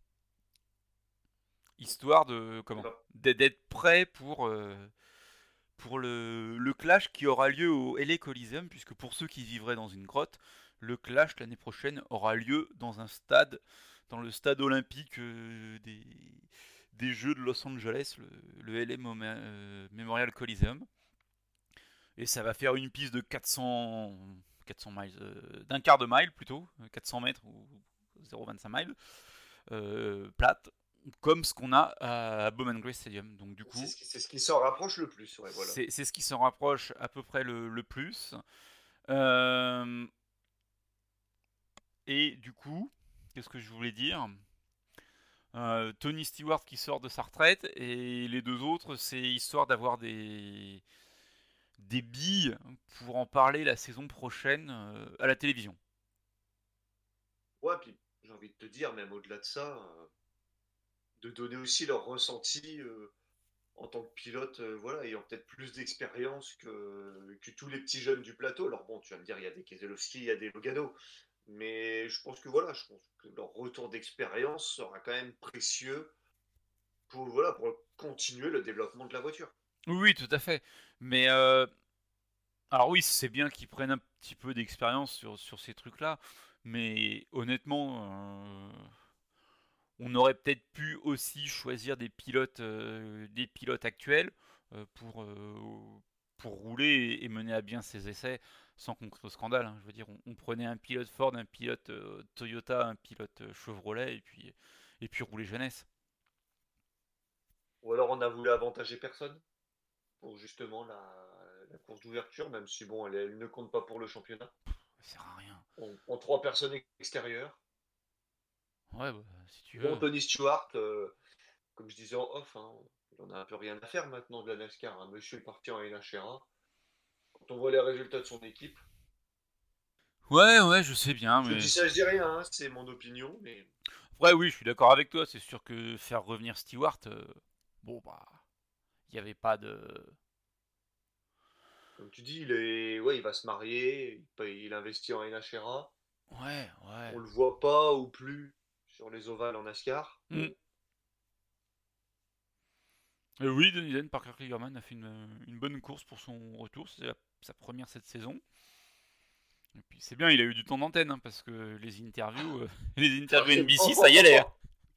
A: Histoire de comment d'être prêt pour, euh, pour le, le clash qui aura lieu au L A Coliseum, puisque pour ceux qui vivraient dans une grotte, le clash l'année prochaine aura lieu dans un stade, dans le stade olympique euh, des, des Jeux de Los Angeles, le, le L A Mom- euh, Memorial Coliseum. Et ça va faire une piste de quatre cents, quatre cents miles, euh, d'un quart de mile plutôt, quatre cents mètres ou zéro virgule vingt-cinq miles, euh, plate, comme ce qu'on a à Bowman Gray Stadium. Donc du coup,
B: C'est ce qui, c'est ce qui s'en rapproche le plus. Ouais, voilà.
A: c'est, c'est ce qui s'en rapproche à peu près le, le plus. Euh, et du coup, qu'est-ce que je voulais dire Euh, Tony Stewart qui sort de sa retraite et les deux autres, c'est histoire d'avoir des des billes pour en parler la saison prochaine euh, à la télévision.
B: Ouais, puis j'ai envie de te dire, même au-delà de ça, euh, de donner aussi leur ressenti euh, en tant que pilote, euh, voilà, ayant peut-être plus d'expérience que, que tous les petits jeunes du plateau. Alors bon, tu vas me dire, il y a des Keselowski, il y a des Logano, mais je pense que voilà, je pense que leur retour d'expérience sera quand même précieux pour, voilà, pour continuer le développement de la voiture.
A: Oui, oui, tout à fait. Mais euh, alors oui, c'est bien qu'ils prennent un petit peu d'expérience sur, sur ces trucs-là, mais honnêtement, euh, on aurait peut-être pu aussi choisir des pilotes, euh, des pilotes actuels euh, pour, euh, pour rouler et, et mener à bien ces essais sans qu'on crée au scandale. Hein. Je veux dire, on, on prenait un pilote Ford, un pilote euh, Toyota, un pilote euh, Chevrolet et puis, et puis rouler jeunesse.
B: Ou alors on a voulu avantager personne. pour justement la, la course d'ouverture, même si bon, elle, elle ne compte pas pour le championnat.
A: Ça sert à rien.
B: En, en trois personnes extérieures.
A: Ouais, bah, si tu
B: Bon,
A: veux.
B: Tony Stewart, euh, comme je disais en off, hein, il en a un peu rien à faire maintenant de la NASCAR. Hein. Monsieur est parti en N H R A. Quand on voit les résultats de son équipe,
A: Ouais, ouais, je sais bien,
B: je
A: mais.
B: dis ça, je dis rien, hein, c'est mon opinion, mais
A: Ouais, oui, je suis d'accord avec toi. C'est sûr que faire revenir Stewart, euh, bon, bah. Il n'y avait pas de.
B: comme tu dis, il, est... ouais, il va se marier, il, paye- il investit en N H R A.
A: Ouais, ouais.
B: On le voit pas ou plus sur les ovales en NASCAR.
A: Mm. Et oui, Denisen Parker Kligerman a fait une, une bonne course pour son retour. C'est la- sa première cette saison. Et puis c'est bien, il a eu du temps d'antenne, hein, parce que les interviews, euh, les interviews N B C, ça y allait. Hein.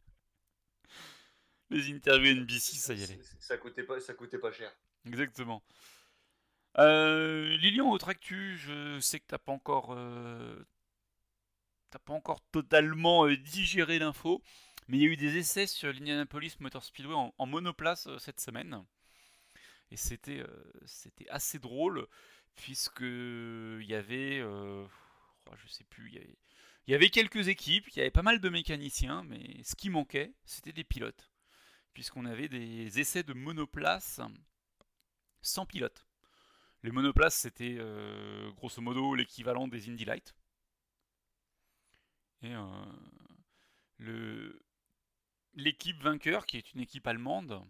A: Les interviews N B C, ça y allait.
B: Ça coûtait pas, ça coûtait pas cher.
A: Exactement. Euh, Lilian, autre actu, je sais que t'as pas encore, euh, t'as pas encore totalement euh, digéré l'info, mais il y a eu des essais sur l'Indianapolis Motor Speedway en, en monoplace euh, cette semaine, et c'était, euh, c'était assez drôle puisque il y avait, euh, oh, je sais plus, il y avait, il y avait quelques équipes, il y avait pas mal de mécaniciens, mais ce qui manquait, c'était des pilotes, puisqu'on avait des essais de monoplace sans pilote. Les monoplaces, c'était euh, grosso modo l'équivalent des Indy Light. Et euh, le, l'équipe vainqueur, qui est une équipe allemande,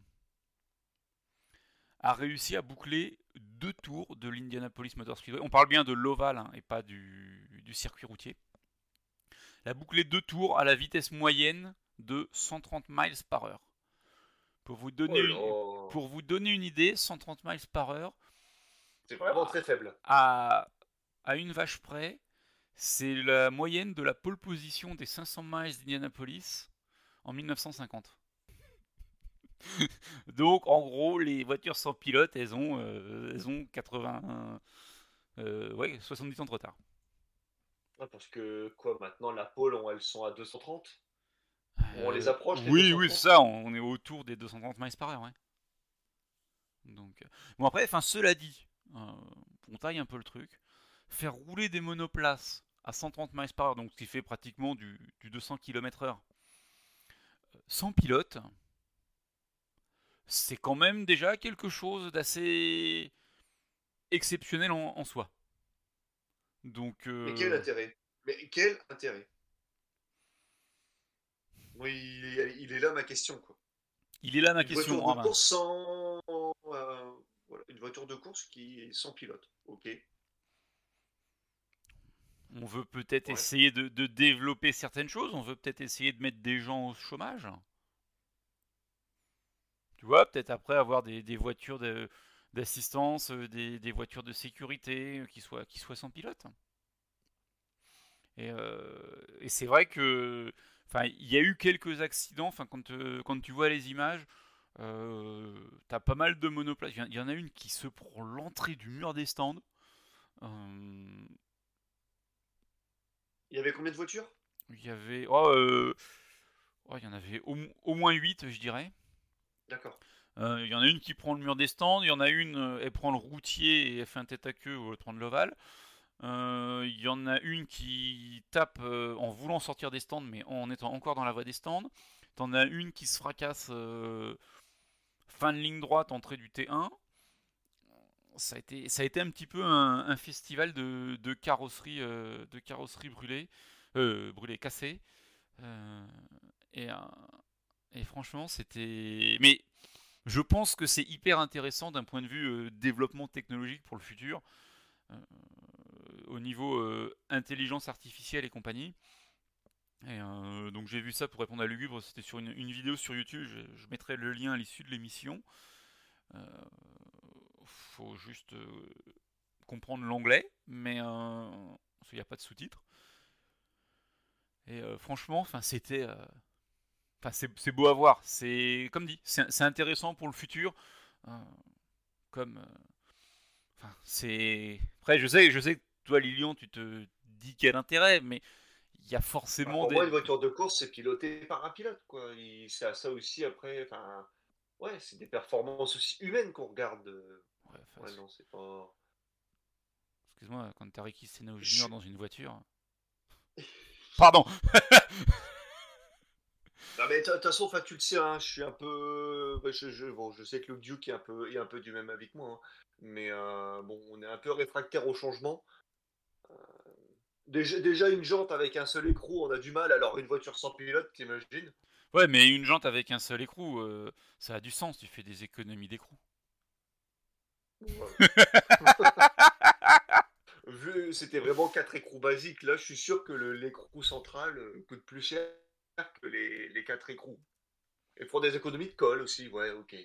A: a réussi à boucler deux tours de l'Indianapolis Motor Speedway. On parle bien de l'ovale, hein, et pas du, du circuit routier. Elle a bouclé deux tours à la vitesse moyenne de cent trente miles par heure. Pour vous donner,
B: Oh
A: pour vous donner une idée, cent trente miles par heure,
B: c'est vraiment très faible.
A: à, à une vache près, c'est la moyenne de la pole position des cinq cents miles d'Indianapolis en mille neuf cent cinquante. Donc en gros, les voitures sans pilote, elles ont, euh, elles ont quatre-vingts, euh, ouais, soixante-dix ans de retard.
B: Ah, parce que quoi, maintenant la pole, on- elles sont à deux cent trente. On les
A: Euh,
B: approche les
A: oui, oui,
B: deux cent trente.
A: ça, on est autour des deux cent trente miles par heure. Ouais. Donc, euh, bon après, enfin cela dit, euh, on taille un peu le truc. Faire rouler des monoplaces à cent trente miles par heure, donc ce qui fait pratiquement du, du deux cents kilomètres heure, sans pilote, c'est quand même déjà quelque chose d'assez exceptionnel en, en soi. Donc,
B: Mais quel
A: euh,
B: intérêt? Mais quel intérêt? Oui, il est, il est là ma question, quoi.
A: il est là ma
B: Une
A: question.
B: voiture de
A: Ah ben,
B: course sans, euh, voilà, une voiture de course qui est sans pilote. Ok.
A: on veut peut-être
B: Ouais.
A: essayer de, de développer certaines choses. On veut peut-être essayer de mettre des gens au chômage. Tu vois, peut-être après avoir des, des voitures de, d'assistance, euh, des, des voitures de sécurité euh, qui soient, qui soient sans pilote. Et, euh, et c'est vrai que, enfin, il y a eu quelques accidents. Enfin, quand, euh, quand tu vois les images, euh, t'as pas mal de monoplaces. Il y en a une qui se prend l'entrée du mur des stands. Euh,
B: Il y avait combien de voitures?
A: Il y avait, oh, euh, oh, il y en avait au, au moins huit, je dirais.
B: D'accord.
A: Euh, Il y en a une qui prend le mur des stands, il y en a une, euh, elle prend le routier et elle fait un tête à queue au prendre l'ovale. Euh, Il y en a une qui tape euh, en voulant sortir des stands, mais en étant encore dans la voie des stands. T'en as une qui se fracasse euh, fin de ligne droite, entrée du T un. Ça a été, ça a été un petit peu un, un festival de, de carrosserie, euh, de carrosserie brûlée, euh, brûlée, cassée. Euh, et, euh, et franchement, c'était. Mais je pense que c'est hyper intéressant d'un point de vue euh, développement technologique pour le futur, euh, au niveau euh, intelligence artificielle et compagnie. Et euh, donc j'ai vu ça pour répondre à Lugubre, c'était sur une, une vidéo sur YouTube, je, je mettrai le lien à l'issue de l'émission. Euh, faut juste euh, comprendre l'anglais, mais euh, il n'y a pas de sous-titres. Et euh, franchement, enfin c'était, euh, enfin c'est, c'est beau à voir. C'est comme dit, c'est, c'est intéressant pour le futur. Euh, comme, euh, enfin c'est. Après, je sais, je sais que toi, Lilian, tu te dis quel intérêt, mais il y a
B: Bah,
A: forcément
B: pour moi,
A: des.
B: une voiture de course, c'est piloté par un pilote, quoi. Il- C'est à ça aussi après. Enfin, Ouais, c'est des performances aussi humaines qu'on regarde. euh.
A: Ouais, enfin,
B: Ouais,
A: c'est-
B: non, c'est pas.
A: excuse-moi, quand t'as Ricky Stenhouse
B: Je-
A: Junior dans une voiture. Pardon.
B: Non, mais de toute façon, enfin, tu le sais, hein, je suis un peu. bah, Je, je- bon, je sais que le Duke est un peu, est un peu du même avis que moi, hein, mais euh, bon, on est un peu réfractaire au changement. Déjà, déjà, une jante avec un seul écrou, on a du mal, alors une voiture sans pilote, t'imagines?
A: Ouais, mais une jante avec un seul écrou, euh, ça a du sens. Tu fais des économies d'écrou.
B: Ouais. Vu c'était vraiment quatre écrous basiques, là, je suis sûr que le- l'écrou central euh, coûte plus cher que les, les quatre écrous. Et pour des économies de colle aussi, ouais, ok.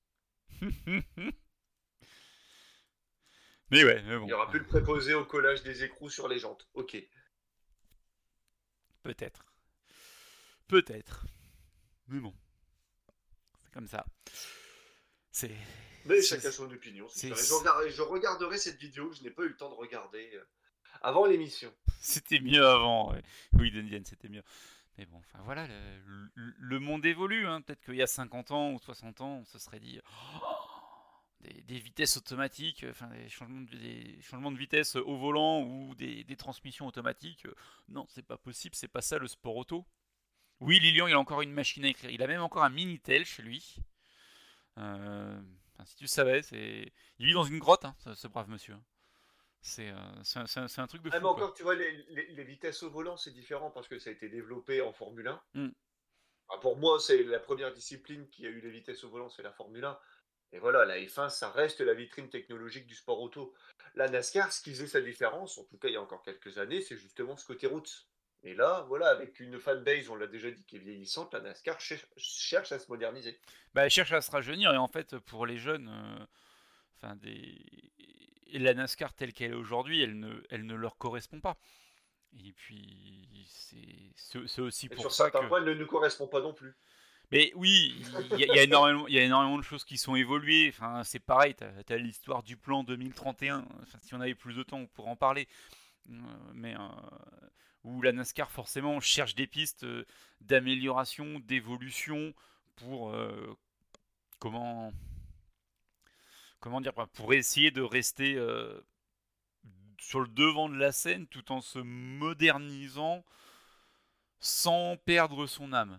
A: Mais ouais, mais
B: Il
A: bon,
B: y aura plus le préposé au collage des écrous sur les jantes, ok.
A: peut-être, peut-être. Mais bon, c'est comme ça. C'est,
B: Mais
A: c'est,
B: chacun son opinion, c'est
A: c'est-
B: sûr. Et je regarderai, je regarderai cette vidéo que je n'ai pas eu le temps de regarder euh, avant l'émission.
A: c'était mieux avant. Ouais. Oui, Dungeon, c'était mieux. Mais bon, enfin voilà, le, le- le monde évolue. Hein. Peut-être qu'il y a cinquante ans ou soixante ans, on se serait dit oh, des, des vitesses automatiques, enfin des changements, de, des changements de vitesse au volant ou des, des transmissions automatiques. Euh, Non, c'est pas possible, c'est pas ça le sport auto. Oui, Lilian, il a encore une machine à écrire. Il a même encore un Minitel chez lui. Euh, enfin, si tu le savais, c'est... il vit dans une grotte, hein, ce, ce brave monsieur. C'est euh, c'est un, c'est un- c'est un truc de
B: Ah,
A: fou,
B: mais
A: quoi.
B: encore, tu vois, les, les- les vitesses au volant, c'est différent parce que ça a été développé en Formule un.
A: Hmm.
B: Ah, pour moi, c'est la première discipline qui a eu les vitesses au volant, c'est la Formule un. Et voilà, la F un, ça reste la vitrine technologique du sport auto. La NASCAR, ce qui faisait sa différence, en tout cas il y a encore quelques années, c'est justement ce côté route. Et là, voilà, avec une fanbase, on l'a déjà dit, qui est vieillissante, la NASCAR cher- cherche à se moderniser.
A: Bah, elle cherche à se rajeunir et en fait, pour les jeunes, euh, enfin des... et la NASCAR telle qu'elle est aujourd'hui, elle ne, elle ne leur correspond pas. Et puis, c'est c'est- c'est aussi
B: Et
A: pour
B: sur
A: ça
B: certains
A: que...
B: points, elle ne nous correspond pas non plus.
A: Mais oui, il y, a- il y a énormément, il y a énormément de choses qui sont évoluées. Enfin, c'est pareil, t'as as, l'histoire du plan deux mille trente et un. Enfin, si on avait plus de temps, on pourrait en parler. Euh, mais euh, où la NASCAR forcément cherche des pistes euh, d'amélioration, d'évolution pour euh, comment comment dire pour essayer de rester euh, sur le devant de la scène tout en se modernisant sans perdre son âme.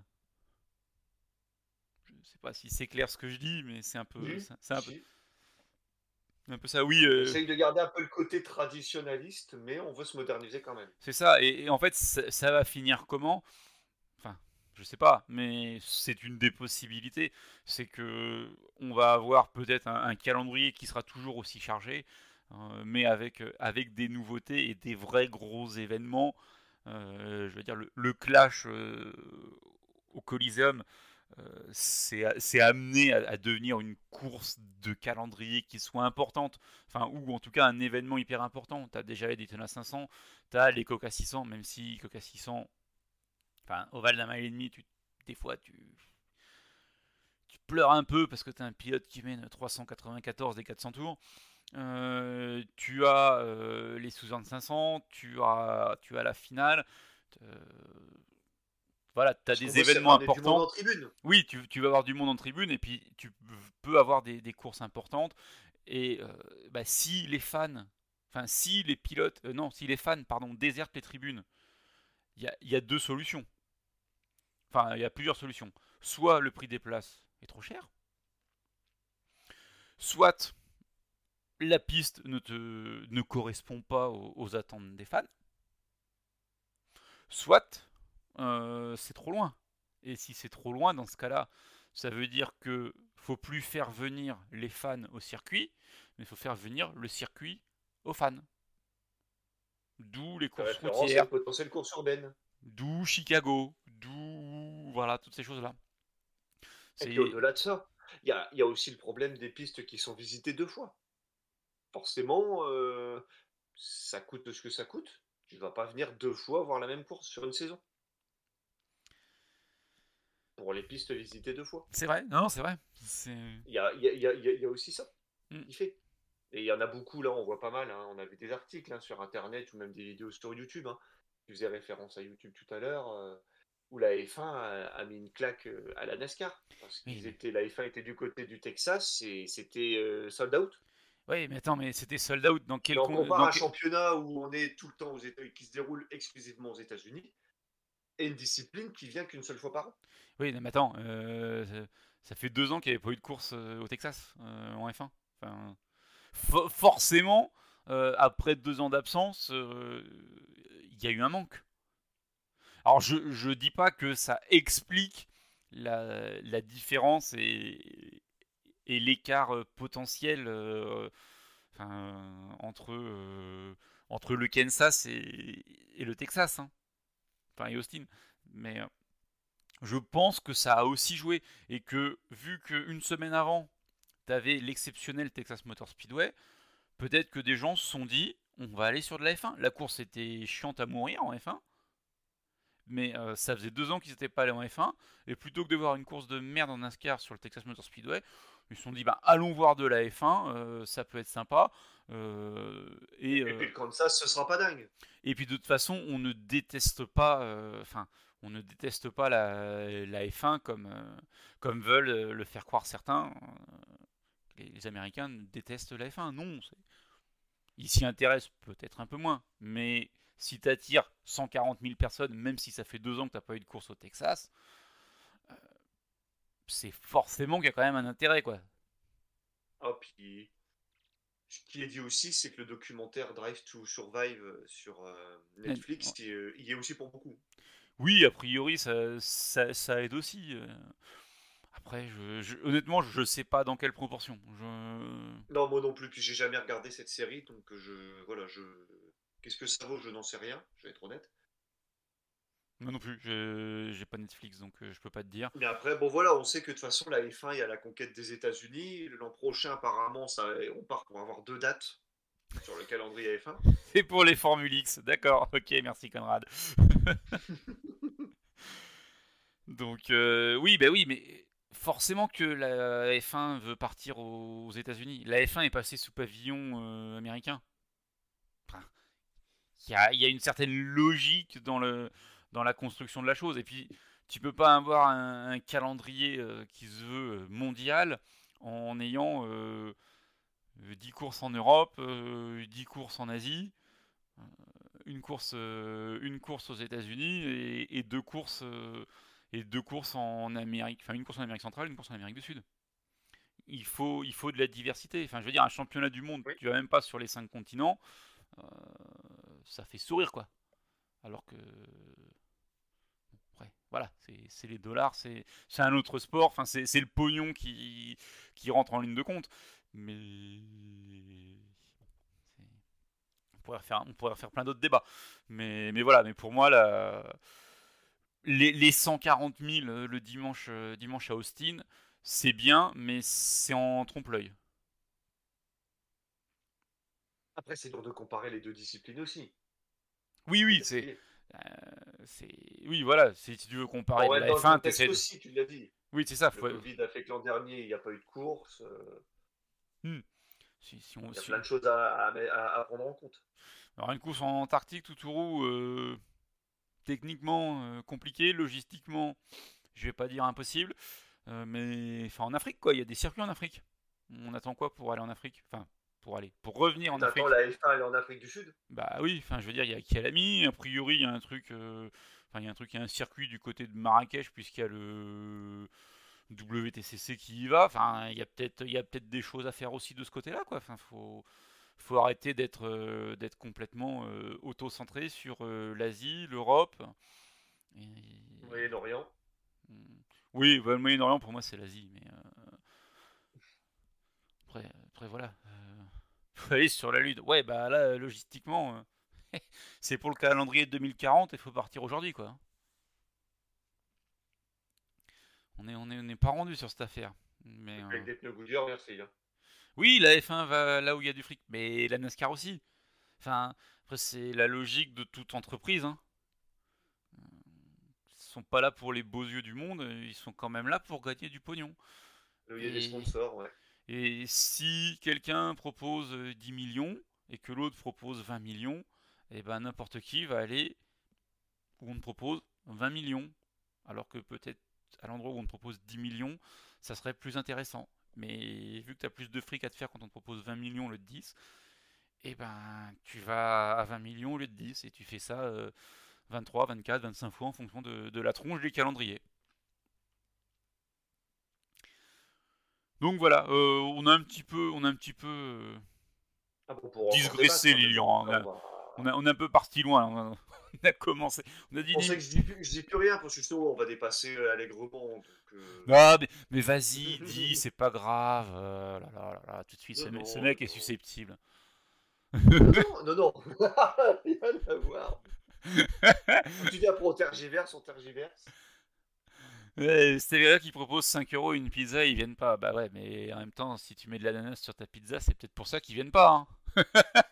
A: Je sais pas si c'est clair ce que je dis, mais c'est un peu
B: Oui,
A: c'est un peu,
B: si.
A: un peu ça. Oui,
B: On
A: euh,
B: essaye de garder un peu le côté traditionnaliste, mais on veut se moderniser quand même.
A: c'est ça. Et, et en fait, ça, ça va finir comment? Enfin, je sais pas, mais c'est une des possibilités. C'est que on va avoir peut-être un, un calendrier qui sera toujours aussi chargé, euh, mais avec, euh, avec des nouveautés et des vrais gros événements. Euh, je veux dire, le, le clash euh, au Coliseum, euh, c'est c'est amené à, à devenir une course de calendrier qui soit importante, enfin, ou en tout cas un événement hyper important. Tu as déjà les Daytona cinq cents, tu as les Coca six cents, même si Coca six cents, enfin, ovale d'un mile et demi, tu, des fois tu, tu pleures un peu parce que tu as un pilote qui mène trois cent quatre-vingt-quatorze des quatre cents tours. Euh, tu as euh, les Suzanne cinq cents, tu as, tu as la finale. Euh, voilà, tu as
B: Ce qu'on
A: des
B: veut, c'est
A: événements
B: ramener du monde en
A: importants.
B: tribune.
A: Oui, tu, tu vas avoir du monde en tribune et puis tu peux avoir des, des courses importantes. Et euh, bah, si les fans, enfin si les pilotes, euh, non, si les fans, pardon, désertent les tribunes, il y a, y a deux solutions. Enfin, il y a plusieurs solutions. Soit le prix des places est trop cher, soit la piste ne, te, ne correspond pas aux, aux attentes des fans, soit euh, c'est trop loin. Et si c'est trop loin, dans ce cas-là, ça veut dire que faut plus faire venir les fans au circuit, mais il faut faire venir le circuit aux fans. D'où les
B: De
A: courses
B: référence à
A: routières,
B: une potentielle course urbaine.
A: d'où Chicago, d'où voilà toutes ces choses-là.
B: Et puis
A: C'est
B: au-delà de ça, il y a, il y a aussi le problème des pistes qui sont visitées deux fois. Forcément, euh, ça coûte ce que ça coûte. Tu ne vas pas venir deux fois voir la même course sur une saison. Pour les pistes visitées deux fois.
A: c'est vrai, non, c'est vrai. C'est
B: Il y a, il y a- il y a- il y a- il y a aussi ça
A: Mm.
B: qui fait. Et il y en a beaucoup, là, on voit pas mal. Hein. On avait des articles hein, sur Internet ou même des vidéos sur YouTube. Hein. Tu faisais référence à YouTube tout à l'heure. euh, où la F un a, a mis une claque euh, à la NASCAR. Parce
A: Oui,
B: qu'ils
A: mais,
B: étaient, la F un était du côté du Texas et c'était euh, sold out.
A: ouais, mais attends, mais c'était sold out dans quel
B: Mais on
A: con-
B: compare
A: dans
B: un
A: quel-
B: championnat où on est tout le temps aux États, qui se déroule exclusivement aux États-Unis et une discipline qui vient qu'une seule fois par an.
A: Oui, mais attends, euh, ça ça fait deux ans qu'il n'y avait pas eu de course euh, au Texas euh, en F un. Enfin, fo- forcément, euh, après deux ans d'absence, euh, il y a eu un manque. Alors je je dis pas que ça explique la, la différence et, et l'écart euh, potentiel euh, enfin, entre, euh, entre le Kansas et, et le Texas, hein. Enfin et Austin. Mais euh, je pense que ça a aussi joué et que vu qu'une semaine avant, tu avais l'exceptionnel Texas Motor Speedway, peut-être que des gens se sont dit on va aller sur de la F un. La course était chiante à mourir en F un, mais euh, ça faisait deux ans qu'ils n'étaient pas allés en F un, et plutôt que de voir une course de merde en NASCAR sur le Texas Motor Speedway, ils se sont dit bah allons voir de la F un, euh, ça peut être sympa. Euh, et,
B: Et puis
A: euh,
B: le Kansas, ce sera pas dingue.
A: et puis de toute façon, on ne déteste pas, euh, enfin, on ne déteste pas la, la F un comme, euh, comme veulent euh, le faire croire certains. Les, les Américains détestent la F un. Non, c'est- ils s'y intéressent peut-être un peu moins, mais si tu attires cent quarante mille personnes, même si ça fait deux ans que tu n'as pas eu de course au Texas, c'est forcément qu'il y a quand même un intérêt, quoi.
B: Ah, puis ce qui est dit aussi, c'est que le documentaire Drive to Survive euh, sur euh, Netflix, il, euh, il y est aussi pour beaucoup.
A: Oui, a priori, ça, ça, ça aide aussi. euh. Après, je, je- honnêtement, je sais pas dans quelle proportion. Je...
B: Non, moi non plus, puis j'ai jamais regardé cette série, donc euh, je, voilà, je, qu'est-ce que ça vaut, je n'en sais rien, je vais être honnête.
A: Moi non plus, je- j'ai pas Netflix, donc euh, je peux pas te dire.
B: Mais après, bon voilà, on sait que de toute façon, la F un, il y a la conquête des États-Unis. L'an prochain, apparemment, ça, on part pour avoir deux dates sur le calendrier F un.
A: C'est pour les Formule X, d'accord, ok, merci Conrad. Donc euh, oui, bah oui, mais forcément que la F un veut partir aux États-Unis. La F un est passée sous pavillon euh, américain. Enfin, il y a, il y a une certaine logique dans le dans la construction de la chose. Et puis, tu peux pas avoir un, un calendrier euh, qui se veut euh, mondial en ayant euh, dix courses en Europe, euh, dix courses en Asie, une course, euh, une course aux États-Unis et, et deux courses euh, et deux courses en Amérique, enfin une course en Amérique centrale, une course en Amérique du Sud. Il faut, il faut de la diversité. Enfin, je veux dire, un championnat du monde,
B: Oui.
A: tu vas même pas sur les cinq continents, euh, ça fait sourire quoi. Alors que, ouais, voilà, c'est c'est les dollars, c'est c'est un autre sport. Enfin, c'est c'est le pognon qui qui rentre en ligne de compte. Mais c'est- on pourrait refaire, on pourrait refaire plein d'autres débats. Mais, mais voilà, mais pour moi, la, les, les cent quarante mille euh, le dimanche, euh, dimanche à Austin, c'est bien, mais c'est en trompe-l'œil.
B: Après, c'est dur de comparer les deux disciplines aussi.
A: Oui, oui,
B: C'est-à-dire
A: c'est.
B: que-
A: euh, c'est oui, voilà, si tu veux comparer
B: Bon,
A: de
B: ouais,
A: la
B: dans le
A: F un,
B: contexte
A: t'essaies de.
B: aussi, tu l'as dit.
A: Oui, c'est ça.
B: Le
A: Faut...
B: Covid a fait que l'an dernier, il n'y a pas eu de course. euh,
A: Hmm. Si, si on,
B: Il y a
A: si-
B: plein de choses à, à- à- à prendre en compte.
A: Alors, une course en Antarctique, tout roue, euh, techniquement euh, compliqué, logistiquement, je vais pas dire impossible, euh, mais enfin en Afrique, quoi, il y a des circuits en Afrique. On attend quoi pour aller en Afrique? Enfin, pour aller, pour revenir
B: Et
A: en
B: t'attends
A: Afrique.
B: la F un, elle est en Afrique du Sud.
A: Bah oui, enfin je veux dire, il y a Kialami, a priori il y a un truc, euh, enfin il y a un truc, il y a un circuit du côté de Marrakech puisqu'il y a le W T C C qui y va. Enfin il y a peut-être, il y a peut-être des choses à faire aussi de ce côté-là, quoi. Enfin faut, faut arrêter d'être, euh, d'être complètement euh, auto-centré sur euh, l'Asie, l'Europe. Et-
B: Moyen-Orient.
A: Hmm. Oui, bah, le Moyen-Orient pour moi c'est l'Asie, mais euh, après, après voilà. Euh, faut aller sur la Lune. Ouais, bah là logistiquement. euh, C'est pour le calendrier de deux mille quarante et il faut partir aujourd'hui, quoi. On est, on est, on n'est pas rendu sur cette affaire. Mais euh,
B: Avec des pneus Goodyear, merci. Hein.
A: oui, la F un va là où il y a du fric, mais la NASCAR aussi. Enfin, après c'est la logique de toute entreprise, hein. Ils sont pas là pour les beaux yeux du monde, ils sont quand même là pour gagner du pognon.
B: Il y a des
A: Et,
B: sponsors, ouais.
A: et si quelqu'un propose euh, dix millions et que l'autre propose vingt millions, et ben n'importe qui va aller où on te propose vingt millions. alors que peut-être à l'endroit où on te propose dix millions, ça serait plus intéressant. Mais vu que tu as plus de fric à te faire quand on te propose vingt millions au lieu de dix, et ben tu vas à vingt millions au lieu de dix et tu fais ça euh, vingt-trois, vingt-quatre, vingt-cinq fois en fonction de, de la tronche du calendrier. Donc voilà, euh, on a un petit peu, on a un petit peu euh,
B: Ah bon, pour encore
A: digressé
B: débattre, hein, mais
A: Lilian.
B: bon,
A: On
B: là,
A: a,
B: on va-
A: on, a, on a un peu parti loin. On a, on a commencé, on a dit.
B: Je pensais que je dis, plus- je dis plus rien parce que justement on va dépasser euh, allègrement. Donc, euh,
A: Non, mais, mais vas-y, dis, c'est pas grave. euh, là, là, là, là, tout de suite, ce,
B: Non,
A: me- ce
B: non,
A: mec
B: non,
A: est
B: non.
A: susceptible.
B: Non, non, non, non. Rien à voir. Quand tu dis après on tergiverse, on tergiverse.
A: Ouais, c'est les gars qui proposent cinq euros une pizza, ils viennent pas. Bah ouais, mais en même temps, si tu mets de l'ananas sur ta pizza, c'est peut-être pour ça qu'ils viennent pas. Hein.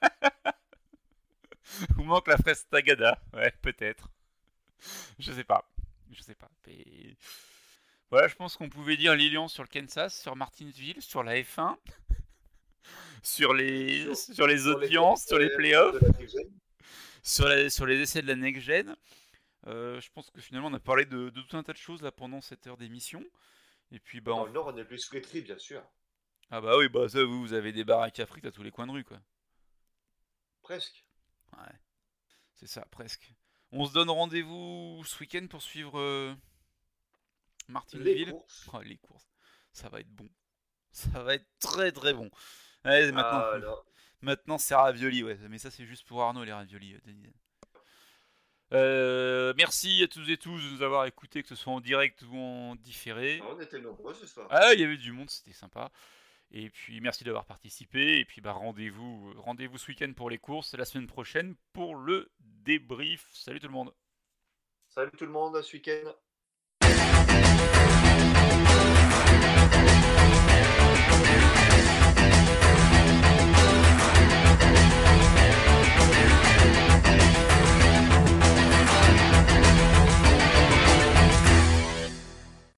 A: Ou manque la fraise tagada. Ouais, peut-être. Je sais pas. Je sais pas. Mais... Voilà, je pense qu'on pouvait dire Lilian sur le Kansas, sur Martinsville, sur la F un, sur les,
B: Sur,
A: sur les
B: sur les
A: audiences, sur les
B: de
A: playoffs,
B: la next-gen.
A: sur, la- sur les essais de la next-gen. Euh, je pense que finalement on a parlé de, de tout un tas de choses là pendant cette heure d'émission. Et puis bah
B: Dans
A: on...
B: le Nord, on est plus flétri, bien sûr.
A: Ah bah oui, bah ça vous, vous avez des baraques à frites à tous les coins de rue quoi.
B: Presque.
A: Ouais, c'est ça, presque. On se donne rendez-vous ce week-end pour suivre euh,
B: Les
A: Martinsville.
B: courses.
A: Oh, les courses, ça va être bon. Ça va être très très bon. Ouais, maintenant,
B: Ah, là.
A: maintenant c'est ravioli, ouais. Mais ça c'est juste pour Arnaud les raviolis. euh, Denis. Euh, merci à tous et tous de nous avoir écoutés, que ce soit en direct ou en différé.
B: Ah, on était nombreux ce soir.
A: Ah, il y avait du monde, c'était sympa. Et puis merci d'avoir participé. Et puis bah rendez-vous, rendez-vous ce week-end pour les courses, la semaine prochaine pour le débrief. Salut tout le monde.
B: Salut tout le monde, à ce week-end.